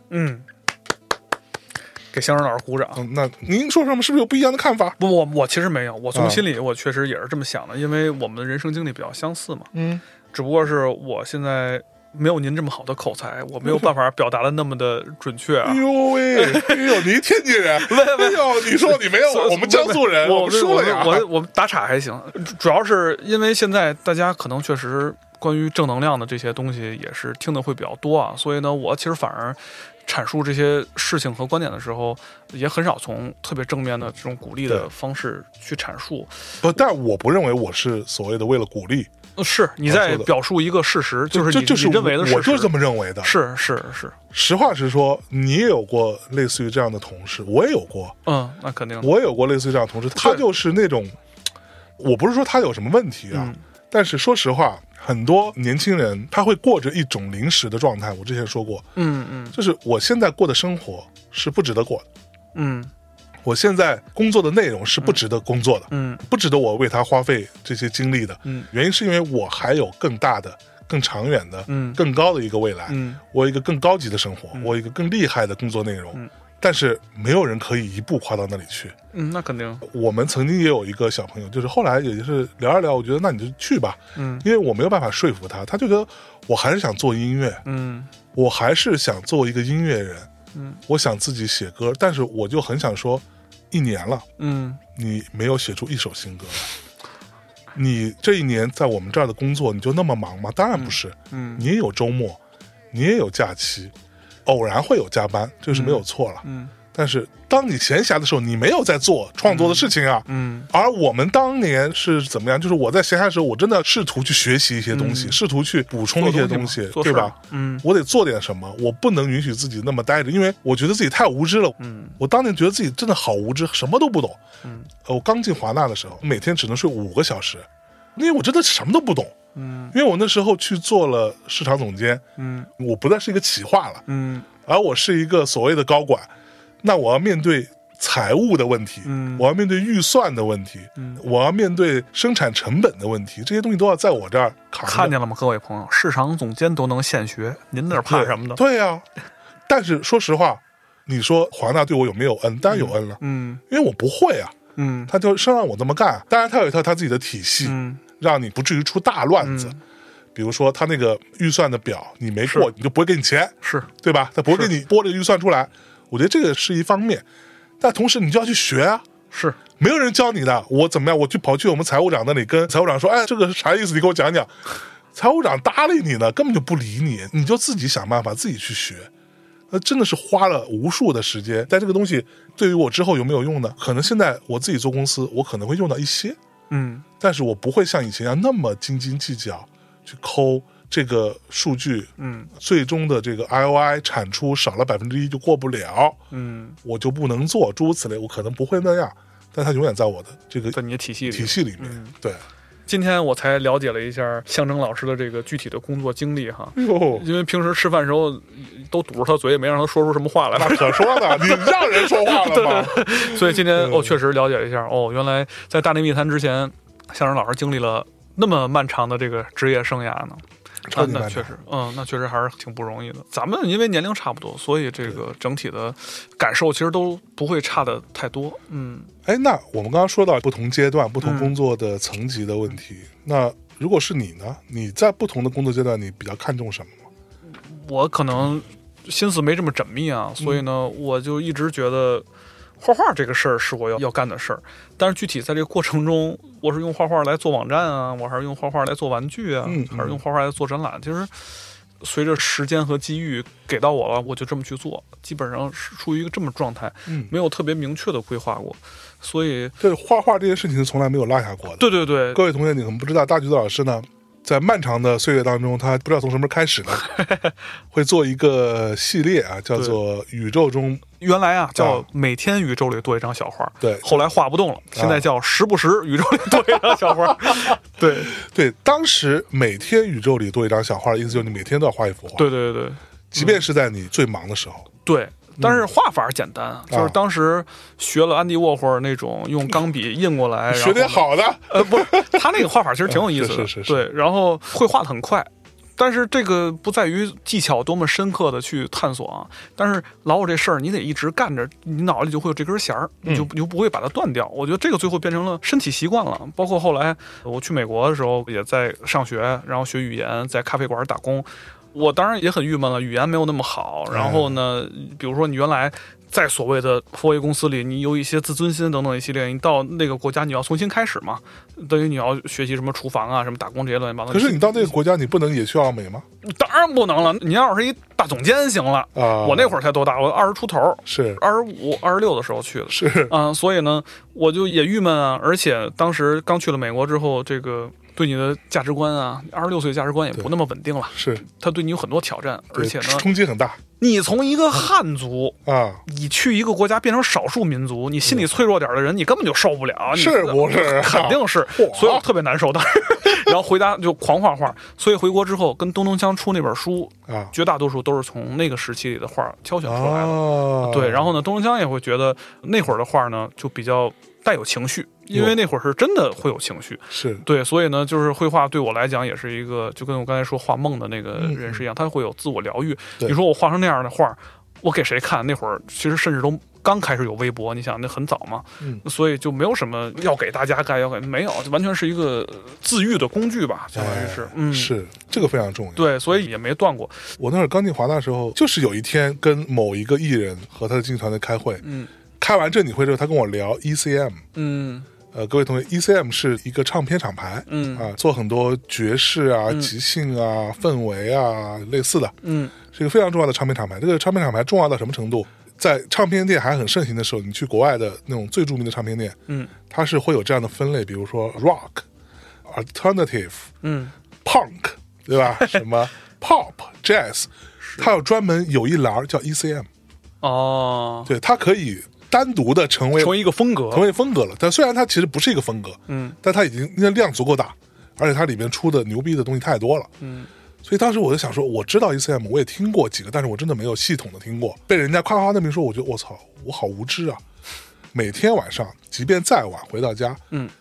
给香生老师鼓掌。 那您说什么？是不是有不一样的看法？ 不，我其实没有，我从心里我确实也是这么想的，因为我们的人生经历比较相似嘛。只不过是我现在没有您这么好的口才，我没有办法表达的那么的准确啊。 哎呦喂，哎呦，你天津人，哎呦，你说你没有，我们江苏人，我们输了呀。 我打岔还行，主要是因为现在大家可能确实关于正能量的这些东西也是听的会比较多啊，所以呢，我其实反而阐述这些事情和观点的时候，也很少从特别正面的这种鼓励的方式去阐述。 不，但我不认为我是所谓的为了鼓励。 是你在表述一个事实，就是你认为的事实， 我就是这么认为的。 是。 实话实说，你也有过类似于这样的同事，我也有过。 那肯定。 我也有过类似于这样的同事，他就是那种，我不是说他有什么问题啊，但是说实话，很多年轻人他会过着一种临时的状态。我之前说过，就是我现在过的生活是不值得过的，我现在工作的内容是不值得工作的，不值得我为他花费这些精力的，原因是因为我还有更大的、更长远的、更高的一个未来，我有一个更高级的生活，我有一个更厉害的工作内容，但是没有人可以一步跨到那里去。 那肯定。 我们曾经也有一个小朋友，就是后来也就是聊一聊，我觉得那你就去吧，因为我没有办法说服他，他就觉得我还是想做音乐，我还是想做一个音乐人，我想自己写歌，但是我就很想说，1年了，你没有写出一首新歌来，你这1年在我们这儿的工作，你就那么忙吗？当然不是，你也有周末， 你也有假期，偶然会有加班，这是没有错了。但是当你闲暇的时候，你没有在做创作的事情啊。而我们当年是怎么样？就是我在闲暇的时候，我真的试图去学习一些东西，试图去补充一些东西，对吧？我得做点什么，我不能允许自己那么待着，因为我觉得自己太无知了。我当年觉得自己真的好无知，什么都不懂。我刚进华纳的时候，每天只能睡5个小时，因为我真的什么都不懂。因为我那时候去做了市场总监，我不再是一个企划了，而我是一个所谓的高管。那我要面对财务的问题，我要面对预算的问题，我要面对生产成本的问题，这些东西都要在我这儿扛。 看见了吗，各位朋友？市场总监都能现学，您那怕什么呢？ 对呀，但是说实话，你说华纳对我有没有恩？当然有恩了，因为我不会啊，他就生让我这么干。当然他有一套他自己的体系，让你不至于出大乱子。比如说他那个预算的表你没过，你就不会给你钱， 是对吧？他不会给你拨这个预算出来。我觉得这个是一方面，但同时你就要去学啊， 是没有人教你的。我怎么样？我跑去我们财务长那里跟财务长说：“哎，这个是啥意思？你给我讲讲。”财务长搭理你呢，根本就不理你，你就自己想办法自己去学。真的是花了无数的时间，但这个东西对于我之后有没有用呢？可能现在我自己做公司，我可能会用到一些，但是我不会像以前一样那么斤斤计较去抠。这个数据，最终的这个 ROI 产出少了1%就过不了，我就不能做，诸如此类，我可能不会那样，但它永远在我的这个在你的体系里面，对。 今天我才了解了一下象征老师的这个具体的工作经历哈，因为平时吃饭的时候都堵着他嘴，没让他说出什么话来。 那可说呢，你让人说话了吗？ 对，所以今天确实了解了一下，原来在大内密谈之前，象征老师经历了那么漫长的这个职业生涯呢。那确实，那确实还是挺不容易的。咱们因为年龄差不多，所以这个整体的感受其实都不会差的太多。 那我们刚刚说到不同阶段、不同工作的层级的问题，那如果是你呢？你在不同的工作阶段，你比较看重什么吗？ 我可能心思没这么缜密啊，所以呢，我就一直觉得画画这个事儿是我要干的事儿，但是具体在这个过程中，我是用画画来做网站啊，我还是用画画来做玩具啊，还是用画画来做展览，其实随着时间和机遇给到我了，我就这么去做，基本上是处于一个这么状态，没有特别明确的规划过，所以对画画这件事情是从来没有落下过的。 对对对， 各位同学，你可能不知道，大橘子老师呢，在漫长的岁月当中，他不知道从什么时候开始呢，会做一个系列啊，叫做宇宙中。 原来啊叫每天宇宙里多一张小画， 对， 后来画不动了，现在叫时不时宇宙里多一张小画。对对，当时每天宇宙里多一张小画的意思就是你每天都要画一幅画。 对对对， 即便是在你最忙的时候。 对。但是画法简单，就是当时学了安迪沃霍尔那种用钢笔印过来， 学点好的。 不是，他那个画法其实挺有意思的， 是对，然后会画得很快。但是这个不在于技巧多么深刻的去探索啊，但是老有这事儿，你得一直干着，你脑里就会有这根弦儿，你就不会把它断掉。我觉得这个最后变成了身体习惯了。包括后来我去美国的时候，也在上学，然后学语言，在咖啡馆打工。我当然也很郁闷了，语言没有那么好。然后呢，比如说你原来在所谓的4A公司里，你有一些自尊心等等一系列，你到那个国家你要重新开始嘛，等于你要学习什么厨房啊、什么打工这些乱七八糟。 可是你到那个国家，你不能也去奥美吗？ 当然不能了，你要是一大总监行了啊。我那会儿才多大？我20出头， 是 25、26的时候去的， 是所以呢，我就也郁闷啊。而且当时刚去了美国之后，这个。对你的价值观啊，26岁的价值观也不那么稳定了， 是他对你有很多挑战，而且呢， 冲击很大。 你从一个汉族啊， 你去一个国家变成少数民族，你心理脆弱点的人，你根本就受不了， 是不是？ 肯定是，所以我特别难受。当时，然后回家就狂画画。所以回国之后，跟东东锵出那本书啊，绝大多数都是从那个时期里的画挑选出来的。对，然后呢，东东锵也会觉得那会儿的画呢，就比较带有情绪。因为那会儿是真的会有情绪， 是对，所以呢，就是绘画对我来讲也是一个，就跟我刚才说画梦的那个人是一样，他会有自我疗愈。你说我画成那样的画，我给谁看？那会儿其实甚至都刚开始有微博，你想那很早嘛，所以就没有什么要给大家看，要给没有，完全是一个自愈的工具吧，相当于是， 是这个非常重要。 对，所以也没断过。 我那会儿刚进华纳的时候，就是有一天跟某一个艺人和他的经纪团队开会，开完这理会之后，他跟我聊 ECM，各位同学 ，ECM 是一个唱片厂牌，做很多爵士啊、即兴啊、氛围啊类似的， 是一个非常重要的唱片厂牌。这个唱片厂牌重要到什么程度？在唱片店还很盛行的时候，你去国外的那种最著名的唱片店，它是会有这样的分类，比如说 rock、alternative、punk， 对吧？什么 pop、jazz， 它有专门有一栏叫 ECM。哦，对，它可以单独的成为一个风格， 成为风格了。但虽然它其实不是一个风格，但它已经那量足够大，而且它里面出的牛逼的东西太多了，所以当时我就想说，我知道 ECM， 我也听过几个，但是我真的没有系统的听过。被人家夸夸那么说，我觉得我操，我好无知啊！每天晚上，即便再晚回到家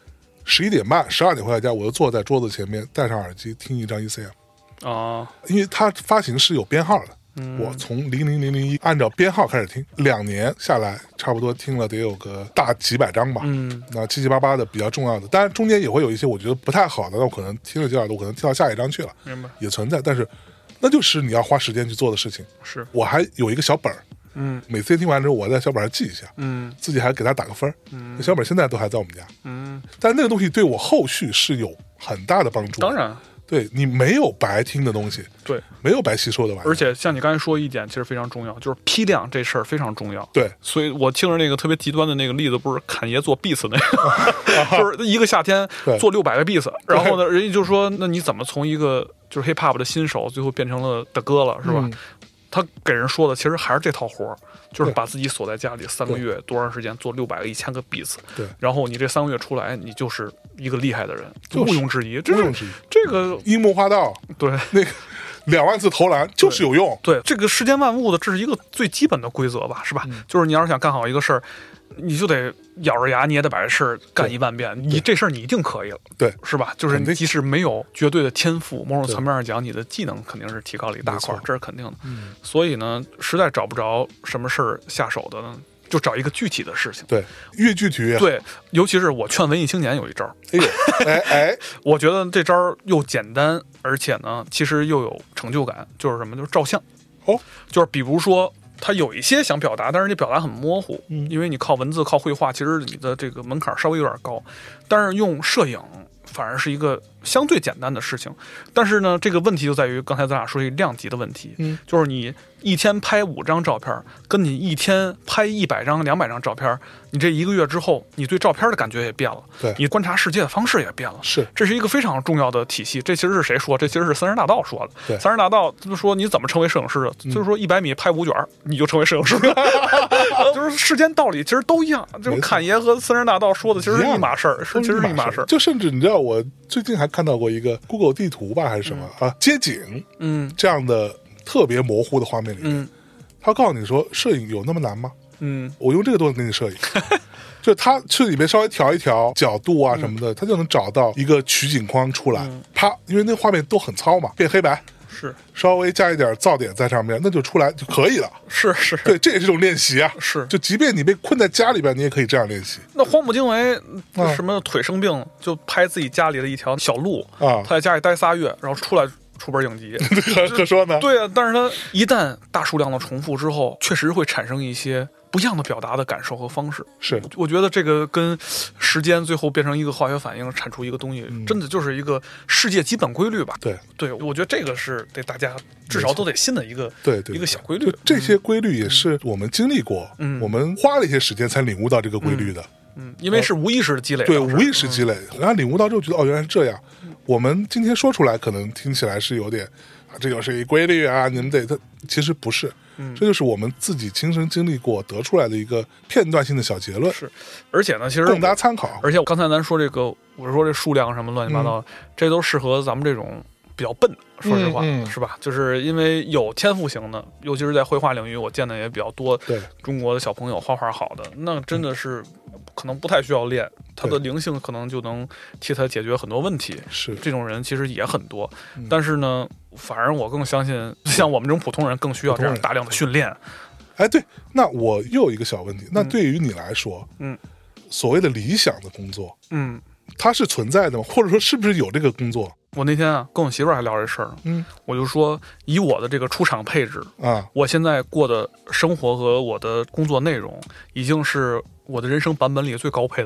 ，11点半、12点回到家，我就坐在桌子前面，戴上耳机听一张 ECM。因为它发行是有编号的。我从00001按照编号开始听，2年下来差不多听了得有个大几百张吧，那七七八八的比较重要的，当然中间也会有一些我觉得不太好的，那我可能听了几耳朵，我可能听到下一张去了， 明白， 也存在，但是那就是你要花时间去做的事情。 是我还有一个小本儿，每次听完之后我在小本上记一下，自己还给他打个分，那小本现在都还在我们家，但那个东西对我后续是有很大的帮助， 当然。 对，你没有白听的东西， 对， 没有白吸收的玩意。 而且像你刚才说一点，其实非常重要，就是批量这事儿非常重要。 对， 所以我听着那个特别极端的那个例子，不是侃爷做 beats 那个，就是一个夏天做600个 beats，然后呢，人家就说，那你怎么从一个就是 hip hop 的新手，最后变成了大哥了，是吧？他给人说的其实还是这套活儿，就是把自己锁在家里3个月多长时间做600个1000个 beats， 对， 然后你这3个月出来，你就是一个厉害的人，毋庸置疑， 毋庸置疑。 这个樱木花道， 对， 那个2万次投篮就是有用。 对，这个世间万物的，这是一个最基本的规则吧，是吧？就是你要是想干好一个事儿，你就得咬着牙，你也得把这事儿干10000遍。你这事儿你一定可以了， 对， 是吧？就是你即使没有绝对的天赋，某种层面上讲，你的技能肯定是提高了一大块，这是肯定的。所以呢，实在找不着什么事儿下手的呢，就找一个具体的事情。 对，越具体越好。 对，尤其是我劝文艺青年有一招。 哎呦，哎， 我觉得这招又简单，而且呢，其实又有成就感，就是什么？就是照相。就是比如说。他有一些想表达，但是你表达很模糊，因为你靠文字、靠绘画，其实你的这个门槛稍微有点高。但是用摄影反而是一个相对简单的事情。但是呢，这个问题就在于刚才咱俩说一个量级的问题，就是你一天拍5张照片，跟你一天拍100张、200张照片，你这1个月之后，你对照片的感觉也变了， 对， 你观察世界的方式也变了， 是， 这是一个非常重要的体系。这其实是谁说？这其实是三十大道说的。 对， 三十大道就说你怎么成为摄影师的？就是说100米拍5卷，你就成为摄影师了。就是世间道理其实都一样，就是侃爷和三十大道说的其实是一码事儿，其实是一码事儿。 就甚至你知道，我最近还看到过一个 Google 地图吧，还是什么街景，这样的特别模糊的画面里面，他告诉你说，摄影有那么难吗？我用这个都能给你摄影。就他去里面稍微调一调角度啊什么的，他就能找到一个取景框出来，啪，因为那画面都很糙嘛，变黑白， 是稍微加一点噪点在上面，那就出来就可以了。 是， 对，这也是一种练习啊。 是， 就即便你被困在家里边，你也可以这样练习。 那荒木经惟什么腿生病，就拍自己家里的一条小路啊，他在家里待3月，然后出来出本影集， 可说呢。 对啊，但是他一旦大数量的重复之后，确实会产生一些不一样的表达的感受和方式。 是， 我觉得这个跟时间最后变成一个化学反应，产出一个东西，真的就是一个世界基本规律吧。对，我觉得这个是得大家至少都得信的一个一个小规律。 这些规律也是我们经历过，我们花了一些时间才领悟到这个规律的。 因为是无意识的积累。 对，无意识积累，然后领悟到之后觉得哦，原来是这样。我们今天说出来，可能听起来是有点这就是一规律啊，你们得，它其实不是。这就是我们自己亲身经历过得出来的一个片段性的小结论。 是，而且呢，其实供大家参考。 而且刚才咱说这个，我说这数量什么乱七八糟，这都适合咱们这种比较笨，说实话，是吧？就是因为有天赋型的，尤其是在绘画领域，我见的也比较多。 对， 中国的小朋友画画好的，那真的是可能不太需要练，他的灵性可能就能替他解决很多问题。 是， 这种人其实也很多，但是呢，反而我更相信，像我们这种普通人更需要这样大量的训练。 哎，对，那我又有一个小问题，那对于你来说，所谓的理想的工作，它是存在的吗？或者说是不是有这个工作？ 我那天啊，跟我媳妇儿还聊这事儿呢。我就说，以我的这个出场配置啊， 我现在过的生活和我的工作内容，已经是我的人生版本里最高配的。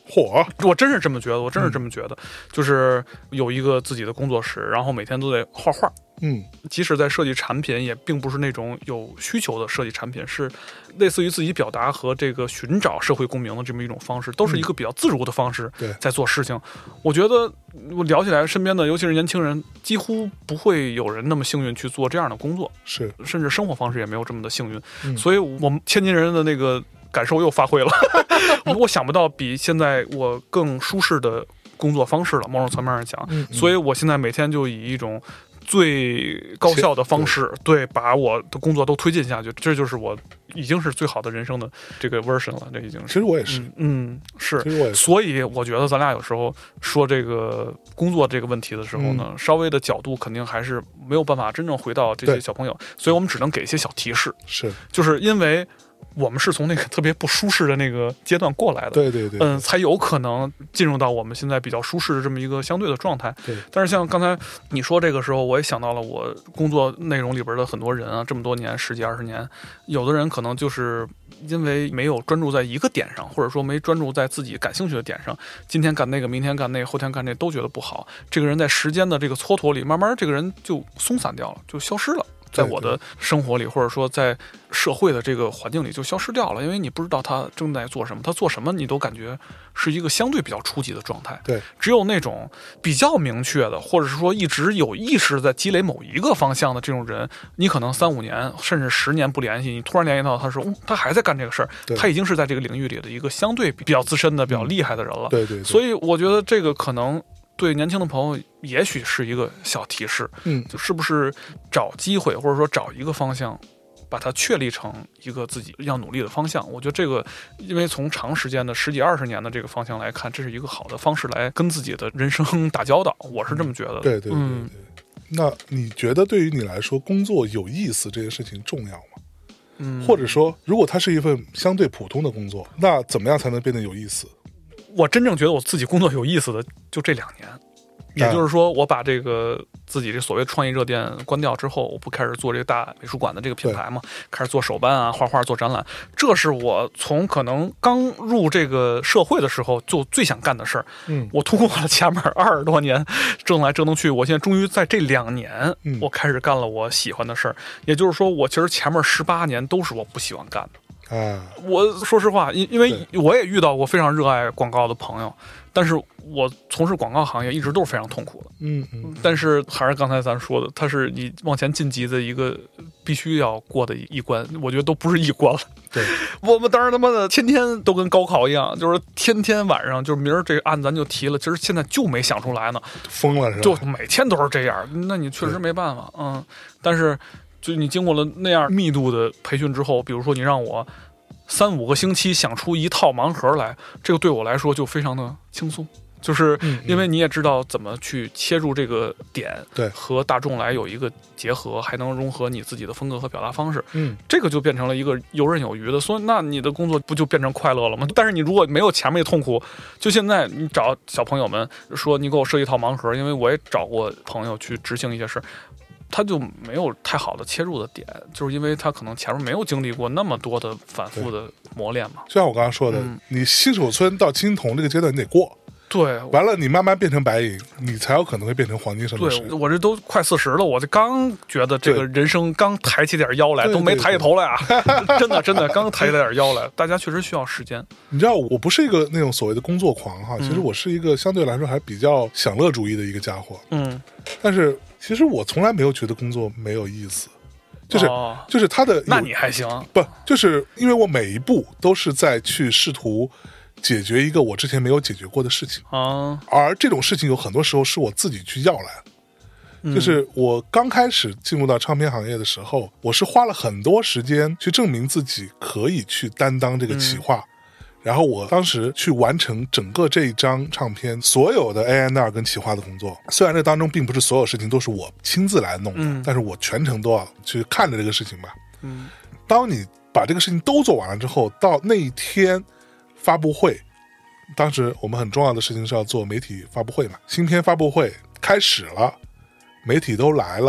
我真是这么觉得，就是有一个自己的工作室，然后每天都得画画。即使在设计产品，也并不是那种有需求的设计产品，是类似于自己表达和这个寻找社会共鸣的这么一种方式，都是一个比较自如的方式在做事情。我觉得我聊起来，身边的尤其是年轻人，几乎不会有人那么幸运去做这样的工作，甚至生活方式也没有这么的幸运。所以我们天津人的那个感受又发挥了。我想不到比现在我更舒适的工作方式了，某种层面上讲。所以我现在每天就以一种最高效的方式，对，把我的工作都推进下去，这就是我已经是最好的人生的这个 version 了，这已经是。 其实我也是， 是， 其实我也是。 所以我觉得咱俩有时候说这个工作这个问题的时候呢，稍微的角度肯定还是没有办法真正回到这些小朋友，所以我们只能给一些小提示，就是因为我们是从那个特别不舒适的那个阶段过来的，对，才有可能进入到我们现在比较舒适的这么一个相对的状态。对，但是像刚才你说这个时候，我也想到了我工作内容里边的很多人啊，这么多年10几20年，有的人可能就是因为没有专注在一个点上，或者说没专注在自己感兴趣的点上，今天干那个，明天干那个，后天干那都觉得不好。这个人在时间的这个蹉跎里，慢慢这个人就松散掉了，就消失了。在我的生活里，或者说在社会的这个环境里就消失掉了，因为你不知道他正在做什么，他做什么你都感觉是一个相对比较初级的状态。 对， 只有那种比较明确的，或者是说一直有意识在积累某一个方向的这种人，你可能3、5年甚至10年不联系，你突然联系到他说，他还在干这个事儿，他已经是在这个领域里的一个相对比较资深的、比较厉害的人了。 对， 所以我觉得这个可能对年轻的朋友也许是一个小提示，就是不是找机会或者说找一个方向，把它确立成一个自己要努力的方向。我觉得这个，因为从长时间的10几20年的这个方向来看，这是一个好的方式来跟自己的人生打交道，我是这么觉得的。 对。那你觉得对于你来说，工作有意思这件事情重要吗？或者说，如果它是一份相对普通的工作，那怎么样才能变得有意思？ 我真正觉得我自己工作有意思的就这2年，也就是说我把这个自己这所谓创意热店关掉之后，我不开始做这个大美术馆的这个品牌嘛，开始做手办啊、画画、做展览，这是我从可能刚入这个社会的时候就最想干的事儿。我通过了前面20多年折腾来折腾去，我现在终于在这2年，我开始干了我喜欢的事儿。也就是说，我其实前面18年都是我不喜欢干的。我说实话，因为我也遇到过非常热爱广告的朋友，但是我从事广告行业一直都是非常痛苦的。但是还是刚才咱说的，它是你往前晋级的一个必须要过的一关，我觉得都不是一关了。 对， 我们当时他妈的天天都跟高考一样，就是天天晚上就是明儿这个案咱就提了，其实现在就没想出来呢， 疯了是吧？ 就每天都是这样，那你确实没办法。但是就你经过了那样密度的培训之后，比如说你让我3、5个星期想出一套盲盒来，这个对我来说就非常的轻松，就是因为你也知道怎么去切入这个点， 对， 和大众来有一个结合，还能融合你自己的风格和表达方式，这个就变成了一个游刃有余的，所以那你的工作不就变成快乐了吗？但是你如果没有前面的痛苦，就现在你找小朋友们说你给我设计一套盲盒，因为我也找过朋友去执行一些事，他就没有太好的切入的点，就是因为他可能前面没有经历过那么多的反复的磨练嘛。 就像我刚刚说的，你新手村到青铜这个阶段你得过， 对， 完了你慢慢变成白银，你才有可能会变成黄金圣斗士。 对，我这都快40了，我这刚觉得这个人生刚抬起点腰来，都没抬起头来啊！真的刚抬起点腰来，大家确实需要时间。 你知道我不是一个那种所谓的工作狂哈，其实我是一个相对来说还比较享乐主义的一个家伙。但是其实我从来没有觉得工作没有意思，就是他的， 那你还行， 不就是因为我每一步都是在去试图解决一个我之前没有解决过的事情而这种事情有很多时候是我自己去要来。就是我刚开始进入到唱片行业的时候，我是花了很多时间去证明自己可以去担当这个企划，然后我当时去完成整个这一张唱片所有的 A&R 跟企划的工作。虽然这当中并不是所有事情都是我亲自来弄的，但是我全程都要去看着这个事情吧。当你把这个事情都做完了之后，到那一天发布会，当时我们很重要的事情是要做媒体发布会嘛，新片发布会开始了，媒体都来了，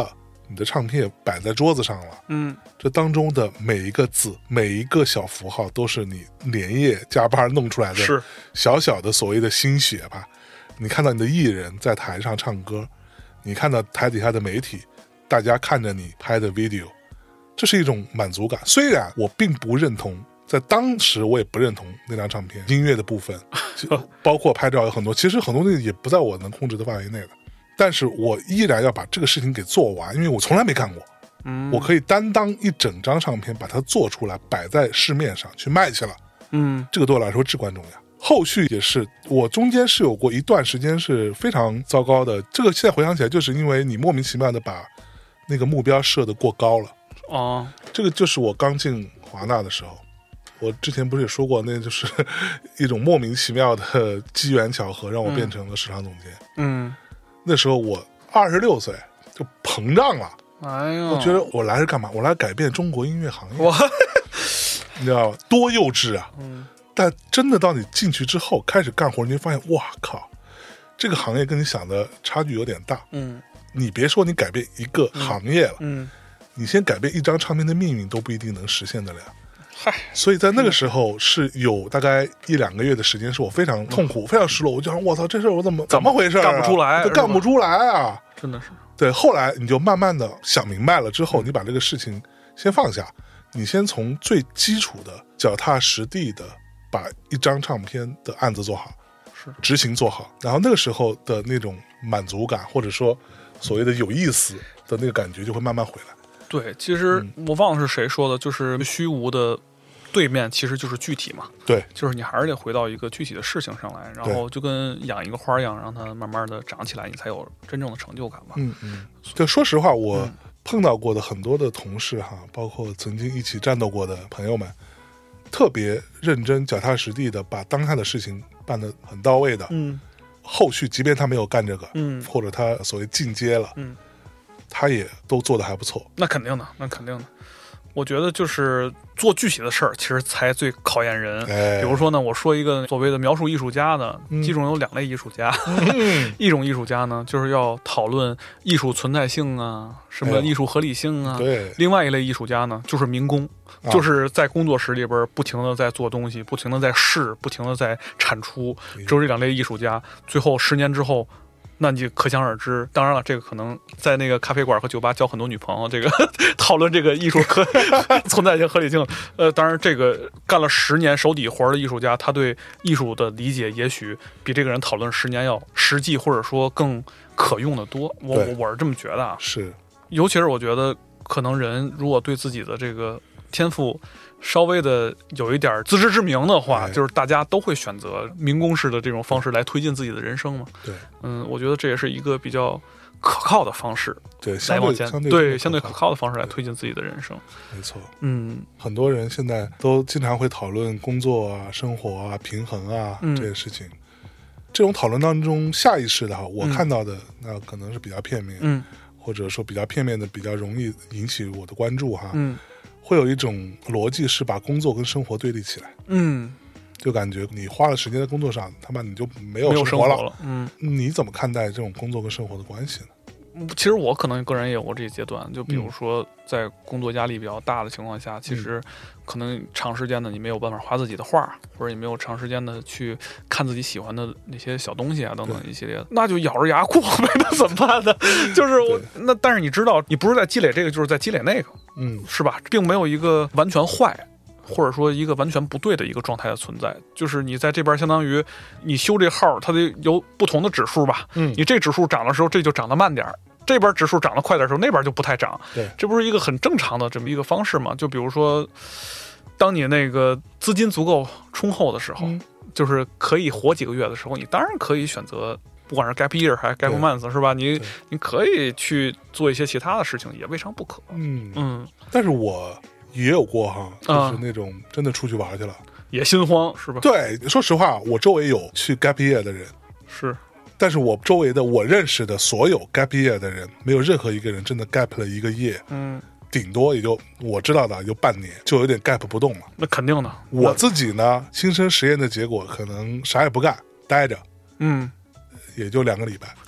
你的唱片也摆在桌子上了，这当中的每一个字每一个小符号都是你连夜加班弄出来的， 是小小的所谓的心血吧。你看到你的艺人在台上唱歌，你看到台底下的媒体大家看着你拍的 video， 这是一种满足感。虽然我并不认同，在当时我也不认同那张唱片音乐的部分包括拍照有很多，其实很多东西也不在我能控制的范围内的，但是我依然要把这个事情给做完，因为我从来没干过。我可以担当一整张唱片把它做出来摆在市面上去卖去了，这个对我来说至关重要。后续也是，我中间是有过一段时间是非常糟糕的，这个现在回想起来就是因为你莫名其妙的把那个目标设得过高了。这个就是我刚进华纳的时候，我之前不是也说过，那就是一种莫名其妙的机缘巧合让我变成了市场总监。那时候我26岁就膨胀了，我觉得我来是干嘛？我来改变中国音乐行业，你知道吧？多幼稚啊！但真的到你进去之后开始干活，你就发现哇靠，这个行业跟你想的差距有点大。你别说你改变一个行业了，你先改变一张唱片的命运都不一定能实现得了。所以在那个时候是有大概1-2个月的时间是我非常痛苦非常失落，我就想我操，这事我怎么回事干不出来， 干不出来啊， 真的是。 对，后来你就慢慢的想明白了之后，你把这个事情先放下，你先从最基础的脚踏实地的把一张唱片的案子做好， 是执行做好，然后那个时候的那种满足感或者说所谓的有意思的那个感觉就会慢慢回来。 对，其实我忘了是谁说的，就是虚无的对面其实就是具体嘛。 对， 就是你还是得回到一个具体的事情上来，然后就跟养一个花一样，让它慢慢的长起来，你才有真正的成就感嘛。 就说实话，我碰到过的很多的同事哈，包括曾经一起战斗过的朋友们，特别认真脚踏实地的把当下的事情办得很到位的，后续即便他没有干这个，或者他所谓进阶了，他也都做得还不错。 那肯定的，那肯定的。我觉得就是做具体的事儿，其实才最考验人。比如说呢，我说一个所谓的描述艺术家的，其中有2类艺术家。一种艺术家呢，就是要讨论艺术存在性啊，什么艺术合理性啊。 对。 另外一类艺术家呢，就是民工，就是在工作室里边不停的在做东西，不停的在试，不停的在产出。只有这2类艺术家，最后10年之后。那你可想而知，当然了，这个可能在那个咖啡馆和酒吧交很多女朋友，这个讨论这个艺术存在性合理性。当然，这个干了10年手底活的艺术家，他对艺术的理解也许比这个人讨论10年要实际，或者说更可用的多。我是这么觉得啊。 是， 尤其是我觉得，可能人如果对自己的这个天赋稍微的有一点自知之明的话，就是大家都会选择民工式的这种方式来推进自己的人生嘛。 对， 我觉得这也是一个比较可靠的方式， 对， 来往前，对，相对可靠的方式来推进自己的人生。 没错，很多人现在都经常会讨论工作啊、生活啊、平衡啊这些事情。这种讨论当中，下意识的哈，我看到的那可能是比较片面，或者说比较片面的，比较容易引起我的关注哈。会有一种逻辑是把工作跟生活对立起来，就感觉你花了时间在工作上，他妈你就没有生活了。你怎么看待这种工作跟生活的关系呢？ 其实我可能个人也有过这个阶段，就比如说在工作压力比较大的情况下，其实可能长时间的你没有办法画自己的画，或者你没有长时间的去看自己喜欢的那些小东西啊等等一系列，那就咬着牙过呗，那怎么办呢？就是那但是你知道，你不是在积累这个，就是在积累那个，是吧？并没有一个完全坏。或者说一个完全不对的一个状态的存在，就是你在这边相当于你修这号，它得有不同的指数吧，你这指数涨的时候，这就涨得慢点，这边指数涨得快点的时候，那边就不太涨， 对， 这不是一个很正常的这么一个方式吗？就比如说，当你那个资金足够充厚的时候，就是可以活几个月的时候，你当然可以选择，不管是 gap year 还是 gap month 是吧？你可以去做一些其他的事情，也未尝不可。 但是我也有过哈，就是那种真的出去玩去了， 也心慌是吧？ 对，说实话，我周围有去 gap year 的人， 是， 但是我周围的我认识的所有 gap year 的人，没有任何一个人真的 gap 了1个月，顶多也就我知道的也就半年，就有点 gap 不动了。 那肯定的。 我自己呢，亲身实验的结果，可能啥也不干，待着，也就2个礼拜。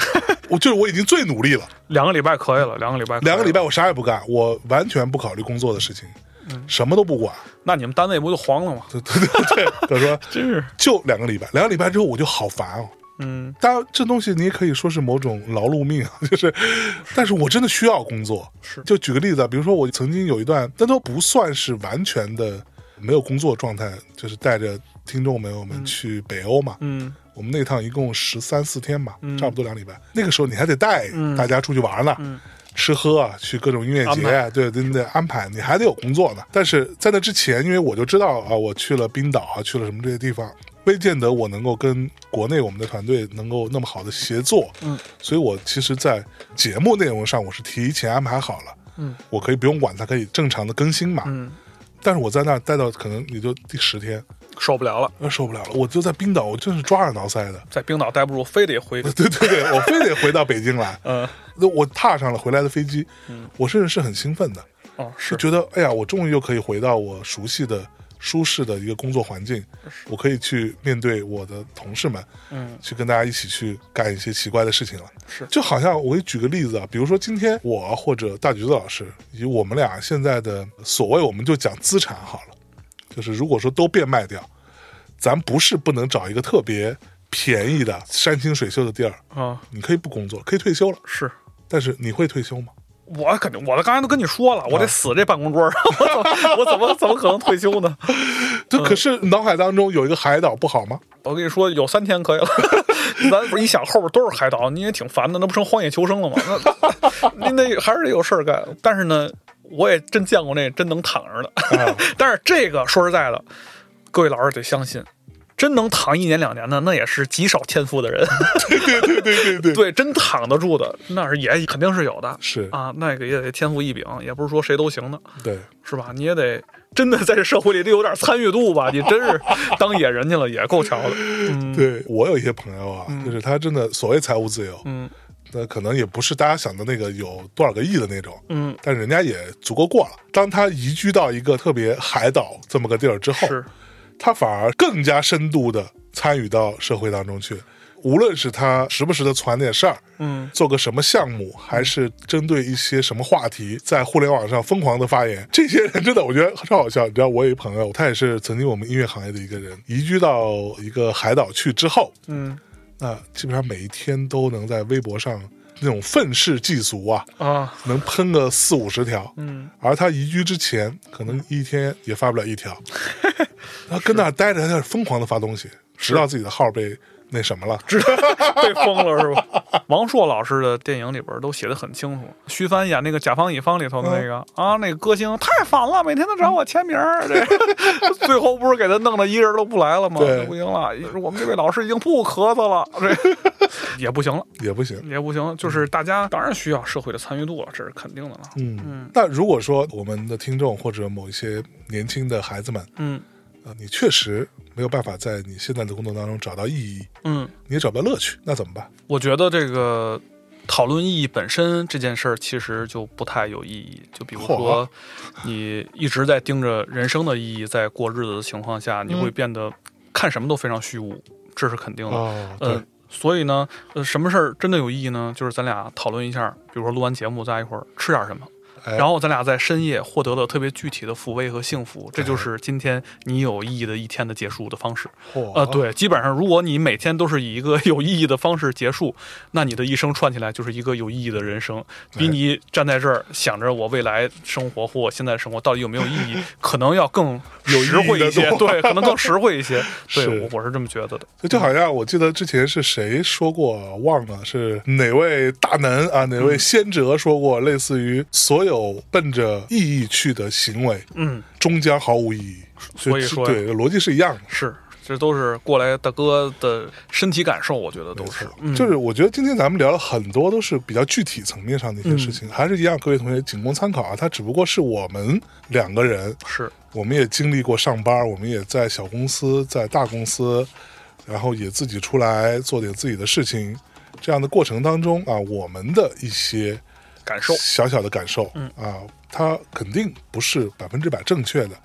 我已经最努力了 ，2个礼拜可以了，2个礼拜，2 个礼拜我啥也不干，我完全不考虑工作的事情，什么都不管。 那你们单位不就黄了吗？ 对，他说真是就2个礼拜，2个礼拜之后我就好烦哦。当然这东西你也可以说是某种劳碌命啊，就是，但是我真的需要工作。 是， 就举个例子，比如说我曾经有一段，但都不算是完全的没有工作状态，就是带着听众朋友们去北欧嘛。我们那趟一共13、14天吧，差不多2礼拜。那个时候你还得带大家出去玩呢。吃喝啊，去各种音乐节啊，对，安排，你还得有工作呢。但是在那之前，因为我就知道啊，我去了冰岛啊，去了什么这些地方，未见得我能够跟国内我们的团队能够那么好的协作。所以我其实在节目内容上我是提前安排好了。我可以不用管它，可以正常的更新嘛。但是我在那待到可能也就第10天。 受不了了， 我就在冰岛，我真是抓耳挠腮的。 在冰岛待不住，非得回。 对，我非得回到北京来。我踏上了回来的飞机，我甚至是很兴奋的。是觉得哎呀，我终于又可以回到我熟悉的、舒适的一个工作环境，我可以去面对我的同事们，去跟大家一起去干一些奇怪的事情了。 是， 就好像我给你举个例子啊，比如说今天我或者大橘子老师，以我们俩现在的所谓，我们就讲资产好了。就是如果说都变卖掉，咱不是不能找一个特别便宜的山清水秀的地儿啊，你可以不工作，可以退休了。 是， 但是你会退休吗？ 我肯定，我刚才都跟你说了，我得死这办公桌上，我怎么可能退休呢？ 对，可是脑海当中有一个海岛不好吗？ 我跟你说，有3天可以了。咱不是一想后边都是海岛，你也挺烦的，那不成荒野求生了吗？那还是得有事儿干。但是呢，我也真见过那真能躺着的。但是这个说实在的，各位老师得相信，真能躺1年2年的，那也是极少天赋的人。对，真躺得住的，那是也肯定是有的。 是啊，那个也得天赋异禀，也不是说谁都行的。 对， 是吧？你也得真的在这社会里得有点参与度吧？你真是当野人去了，也够瞧的。 对，我有一些朋友啊，就是他真的所谓财务自由，那可能也不是大家想的那个有多少个亿的那种，但是人家也足够过了。当他移居到一个特别海岛这么个地儿之后，他反而更加深度的参与到社会当中去。无论是他时不时的传点事儿，做个什么项目，还是针对一些什么话题在互联网上疯狂的发言，这些人真的我觉得超好笑。你知道，我有一朋友，他也是曾经我们音乐行业的一个人，移居到一个海岛去之后，那基本上每一天都能在微博上那种愤世嫉俗啊，能喷个40-50条，而他移居之前可能一天也发不了1条，他跟那待着，他在疯狂的发东西，直到自己的号被那什么了， 被封了是吧？王朔老师的电影里边都写得很清楚，徐帆演那个甲方乙方里头的那个那个歌星太烦了，每天都找我签名，最后不是给他弄得一人都不来了吗？不行了，我们这位老师已经不咳嗽了，也不行了，也不行，就是大家当然需要社会的参与度了，这是肯定的了。 但如果说我们的听众或者某一些年轻的孩子们，你确实没有办法在你现在的工作当中找到意义，你也找不到乐趣，那怎么办？ 我觉得这个讨论意义本身这件事儿其实就不太有意义。就比如说，你一直在盯着人生的意义在过日子的情况下，你会变得看什么都非常虚无，这是肯定的。所以呢，什么事儿真的有意义呢？就是咱俩讨论一下，比如说录完节目，咱一会儿吃点什么。然后咱俩在深夜获得了特别具体的抚慰和幸福，这就是今天你有意义的一天的结束的方式。对，基本上如果你每天都是以一个有意义的方式结束，那你的一生串起来就是一个有意义的人生，比你站在这儿想着我未来生活或我现在生活到底有没有意义，可能要更实惠一些。对，可能更实惠一些。对，我是这么觉得的。 就好像我记得之前是谁说过，忘了是哪位大能啊，哪位先哲说过，类似于所有奔着意义去的行为，终将毫无意义。 所以说， 对，逻辑是一样的。 是，这都是过来大哥的身体感受，我觉得都是。 就是我觉得今天咱们聊了很多，都是比较具体层面上的一些事情，还是一样，各位同学仅供参考啊。它只不过是我们2个人， 是我们也经历过上班，我们也在小公司，在大公司，然后也自己出来做点自己的事情，这样的过程当中啊，我们的一些感受， 小小的感受，它肯定不是100%正确的，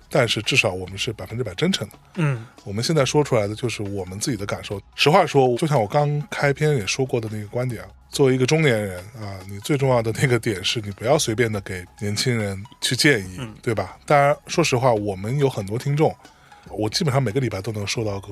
但是至少我们是100%真诚的。我们现在说出来的就是我们自己的感受。实话说，就像我刚开篇也说过的那个观点啊，作为一个中年人啊，你最重要的那个点是你不要随便的给年轻人去建议，对吧？当然，说实话，我们有很多听众，我基本上每个礼拜都能收到个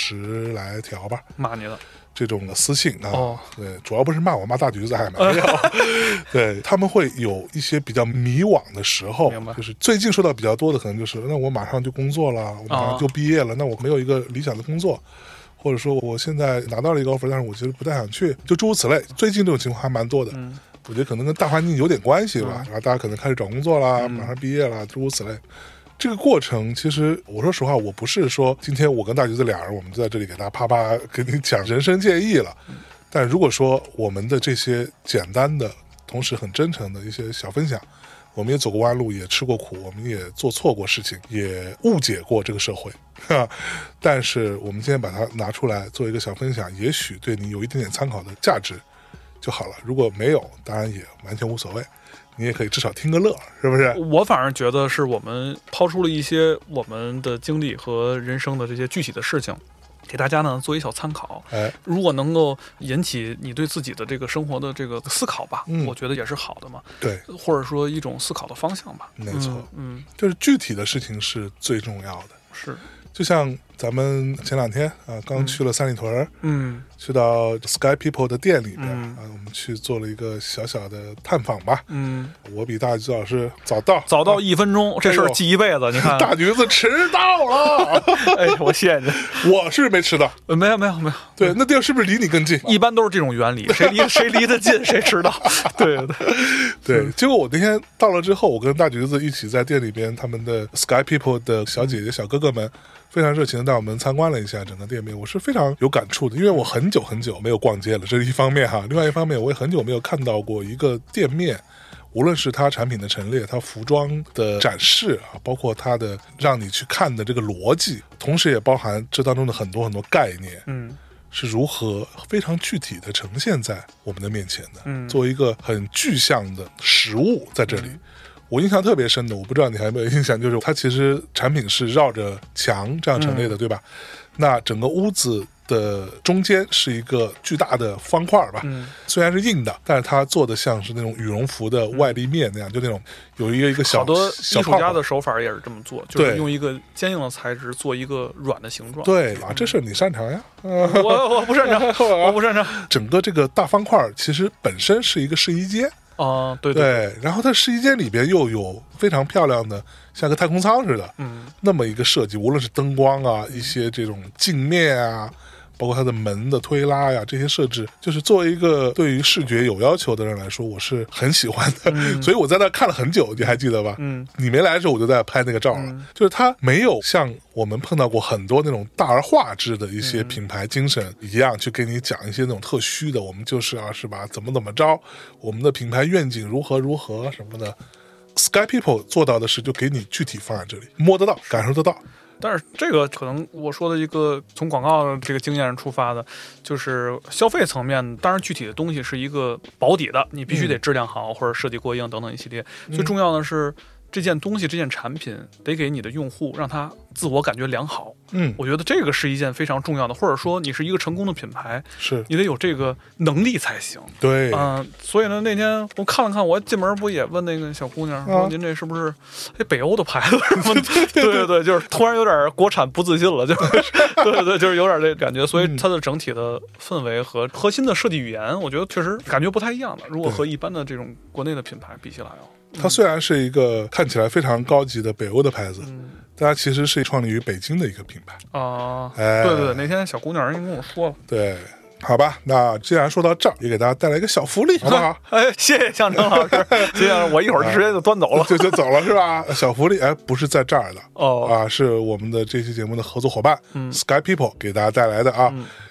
10来条吧， 骂你了。 这种的私信啊，对，主要不是骂我，骂大橘子还没有。对，他们会有一些比较迷惘的时候，就是最近说到比较多的，可能就是那我马上就工作了，我马上就毕业了，那我没有一个理想的工作，或者说我现在拿到了一个 offer， 但是我其实不太想去，就诸如此类。最近这种情况还蛮多的，我觉得可能跟大环境有点关系吧，然后大家可能开始找工作啦，马上毕业了，诸如此类。这个过程其实我说实话，我不是说今天我跟大橘子俩人我们就在这里给大家啪啪给你讲人生建议了，但如果说我们的这些简单的同时很真诚的一些小分享，我们也走过弯路，也吃过苦，我们也做错过事情，也误解过这个社会，但是我们今天把它拿出来做一个小分享，也许对你有一点点参考的价值就好了，如果没有当然也完全无所谓，你也可以至少听个乐，是不是？ 我反而觉得是我们抛出了一些我们的经历和人生的这些具体的事情，给大家呢做一小参考。如果能够引起你对自己的这个生活的这个思考吧，我觉得也是好的嘛。 对， 或者说一种思考的方向吧。 没错，就是具体的事情是最重要的。 是， 就像咱们前2天啊，刚去了三里屯，去到 Sky People 的店里边啊，我们去做了一个小小的探访吧。我比大橘子老师早到 1分钟，这事儿记一辈子。你看， 大橘子迟到了。 哎，我谢谢你。 我是没迟到， 没有。 对，那地儿是不是离你更近？ 一般都是这种原理，谁离得近谁迟到。对。 结果我那天到了之后，我跟大橘子一起在店里边，他们的 Sky People 的小姐姐、小哥哥们非常热情的带我们参观了一下整个店面，我是非常有感触的，因为我很久没有逛街了，这是一方面哈。另外一方面，我也很久没有看到过一个店面，无论是它产品的陈列、它服装的展示啊，包括它的让你去看的这个逻辑，同时也包含这当中的很多很多概念，是如何非常具体的呈现在我们的面前的，作为一个很具象的实物在这里。我印象特别深的，我不知道你还有没有印象，就是它其实产品是绕着墙这样陈列的，对吧？那整个屋子的中间是一个巨大的方块吧，虽然是硬的，但是它做的像是那种羽绒服的外立面那样，就那种有一个小， 好多艺术家的手法也是这么做，就是用一个坚硬的材质做一个软的形状。 对啊，这事你擅长呀？ 我不擅长，我不擅长。 整个这个大方块其实本身是一个试衣间。对，然后它试衣间里边又有非常漂亮的像个太空舱似的那么一个设计，无论是灯光啊，一些这种镜面啊，包括它的门的推拉呀，这些设置，就是作为一个对于视觉有要求的人来说，我是很喜欢的。所以我在那看了很久，你还记得吧？你没来的时候我就在拍那个照了。就是它没有像我们碰到过很多那种大而化之的一些品牌精神一样，去给你讲一些那种特虚的，我们就是是吧，怎么着，我们的品牌愿景如何什么的。Sky People 做到的是就给你具体放在这里，摸得到，感受得到。 但是这个可能我说的一个从广告的这个经验上出发的，就是消费层面，当然具体的东西是一个保底的，你必须得质量好或者设计过硬等等一系列。最重要的是这件东西这件产品得给你的用户让他自我感觉良好。我觉得这个是一件非常重要的，或者说你是一个成功的品牌， 是你得有这个能力才行。 对， 所以呢，那天我看了看，我进门不也问那个小姑娘说：“您这是不是北欧的牌子？”对，就是突然有点国产不自信了，就是对，就是有点这感觉。所以它的整体的氛围和核心的设计语言，我觉得确实感觉不太一样的。如果和一般的这种国内的品牌比起来它虽然是一个看起来非常高级的北欧的牌子，但它其实是创立于北京的一个品牌对，那天小姑娘人跟我说了。 对，好吧，那既然说到这儿，也给大家带来一个小福利，好不好？ 谢谢向征老师，这样我一会儿直接就端走了， 就走了是吧？小福利不是在这儿的是我们的这期节目的合作伙伴Sky People 给大家带来的啊。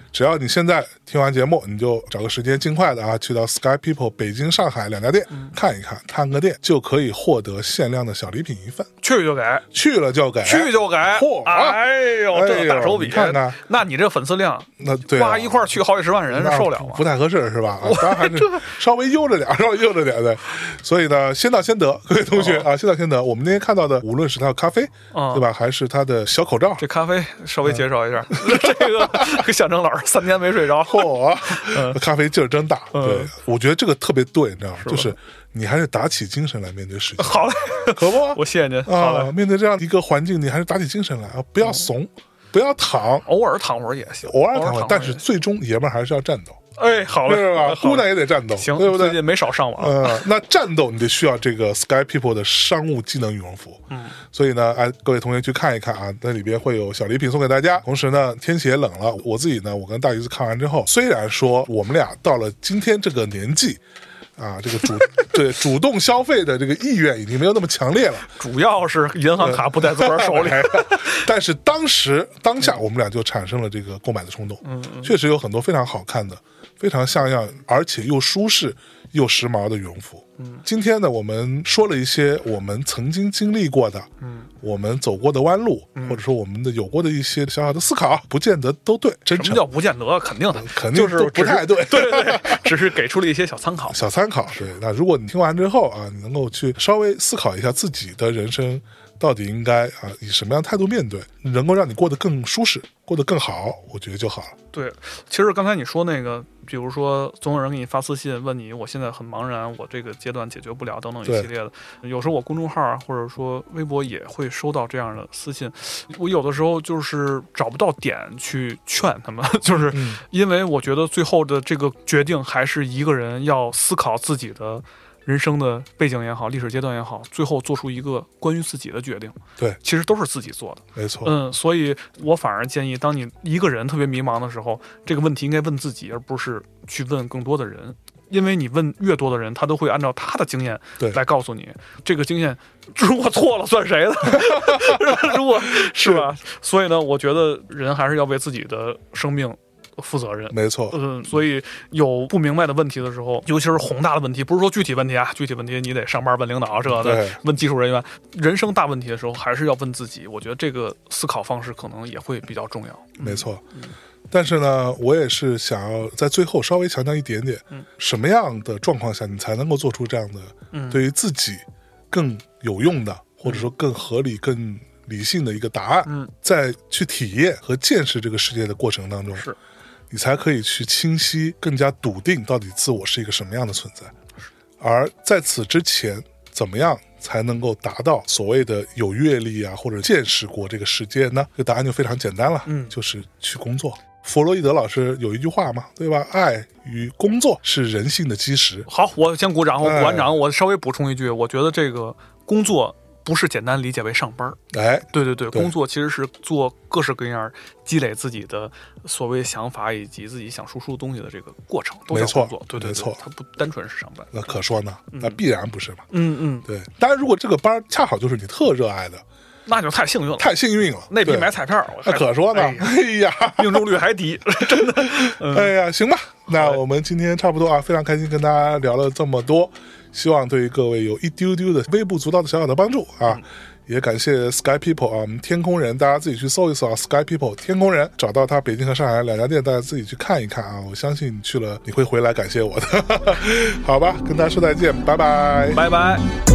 只要你现在听完节目，你就找个时间尽快的啊，去到 Sky People 北京、上海2家店看一看，探个店就可以获得限量的小礼品1份。 去就给， 去了就给， 去就给。嚯！哎呦，这个大手笔， 你看看， 那你这粉丝量， 那对哇，一块去好几10万人，受了吗？ 不太合适是吧？当然还是稍微悠着点，稍微悠着点的。所以呢，先到先得，各位同学啊，先到先得。我们今天看到的，无论是它的咖啡，对吧，还是它的小口罩， 这咖啡稍微介绍一下，这个向征老师3天没睡着， 嚯，咖啡劲儿真大。对，我觉得这个特别对，你知道吗？就是你还是打起精神来面对世界。 好嘞， 可不， 我谢谢您啊！面对这样一个环境，你还是打起精神来啊，不要怂，不要躺， 偶尔躺会儿也行， 偶尔躺会儿，但是最终爷们儿还是要战斗。 哎，好嘞， 是吧？姑娘也得战斗， 行， 对不对？ 最近没少上网。 那战斗你得需要这个 Sky People 的商务技能羽绒服。所以呢，各位同学去看一看啊，那里边会有小礼品送给大家。同时呢，天气也冷了，我自己呢，我跟大鱼子看完之后，虽然说我们俩到了今天这个年纪。啊，这个主动消费的这个意愿已经没有那么强烈了， 主要是银行卡不在自个儿手里。 但是当下我们俩就产生了这个购买的冲动。确实有很多非常好看的、非常像样，而且又舒适又时髦的羽绒服。今天呢，我们说了一些我们曾经经历过的，我们走过的弯路，或者说我们的有过的一些小小的思考，不见得都对。真诚什么叫不见得？肯定的， 肯定就是不太对。 对，只是给出了一些小参考。 小参考，对。那如果你听完之后啊，你能够去稍微思考一下自己的人生到底应该啊以什么样的态度面对，能够让你过得更舒适，过得更好，我觉得就好了。对， 其实刚才你说那个，比如说总有人给你发私信问你，我现在很茫然，我这个阶段解决不了等等一系列的。有时候我公众号啊，或者说微博也会收到这样的私信，我有的时候就是找不到点去劝他们，就是因为我觉得最后的这个决定还是一个人要思考自己的人生的背景也好，历史阶段也好，最后做出一个关于自己的决定。对，其实都是自己做的。没错。所以我反而建议，当你一个人特别迷茫的时候，这个问题应该问自己，而不是去问更多的人。因为你问越多的人，他都会按照他的经验来告诉你，这个经验如果错了算谁的？如果是吧？所以呢，我觉得人还是要为自己的生命负责任。没错。所以有不明白的问题的时候，尤其是宏大的问题，不是说具体问题啊，具体问题你得上班问领导，这的问技术人员。人生大问题的时候，还是要问自己。我觉得这个思考方式可能也会比较重要。没错。但是呢，我也是想要在最后稍微强调一点点，什么样的状况下你才能够做出这样的对于自己更有用的，或者说更合理、更理性的一个答案，在去体验和见识这个世界的过程当中，你才可以去清晰、更加笃定到底自我是一个什么样的存在。而在此之前，怎么样才能够达到所谓的有阅历啊，或者见识过这个世界呢？这答案就非常简单了，就是去工作。弗洛伊德老师有一句话嘛，对吧？爱与工作是人性的基石。好，我先鼓掌。我鼓完掌，我稍微补充一句，我觉得这个工作不是简单理解为上班。哎，对，工作其实是做各式各样积累自己的所谓想法以及自己想输出的东西的这个过程，都叫工作。对，没错，它不单纯是上班。那可说呢，那必然不是嘛。对。当然，如果这个班恰好就是你特热爱的，那就太幸运了，太幸运了，那比买彩票那可说呢。哎呀，命中率还低，真的。哎呀，行吧，那我们今天差不多啊，非常开心跟大家聊了这么多，希望对于各位有一丢丢的微不足道的小小的帮助啊。也感谢 Sky People 啊，我们天空人，大家自己去搜一搜啊 ，Sky People 天空人，找到他北京和上海2家店，大家自己去看一看啊。我相信你去了，你会回来感谢我的。好吧，跟大家说再见，拜拜，拜拜。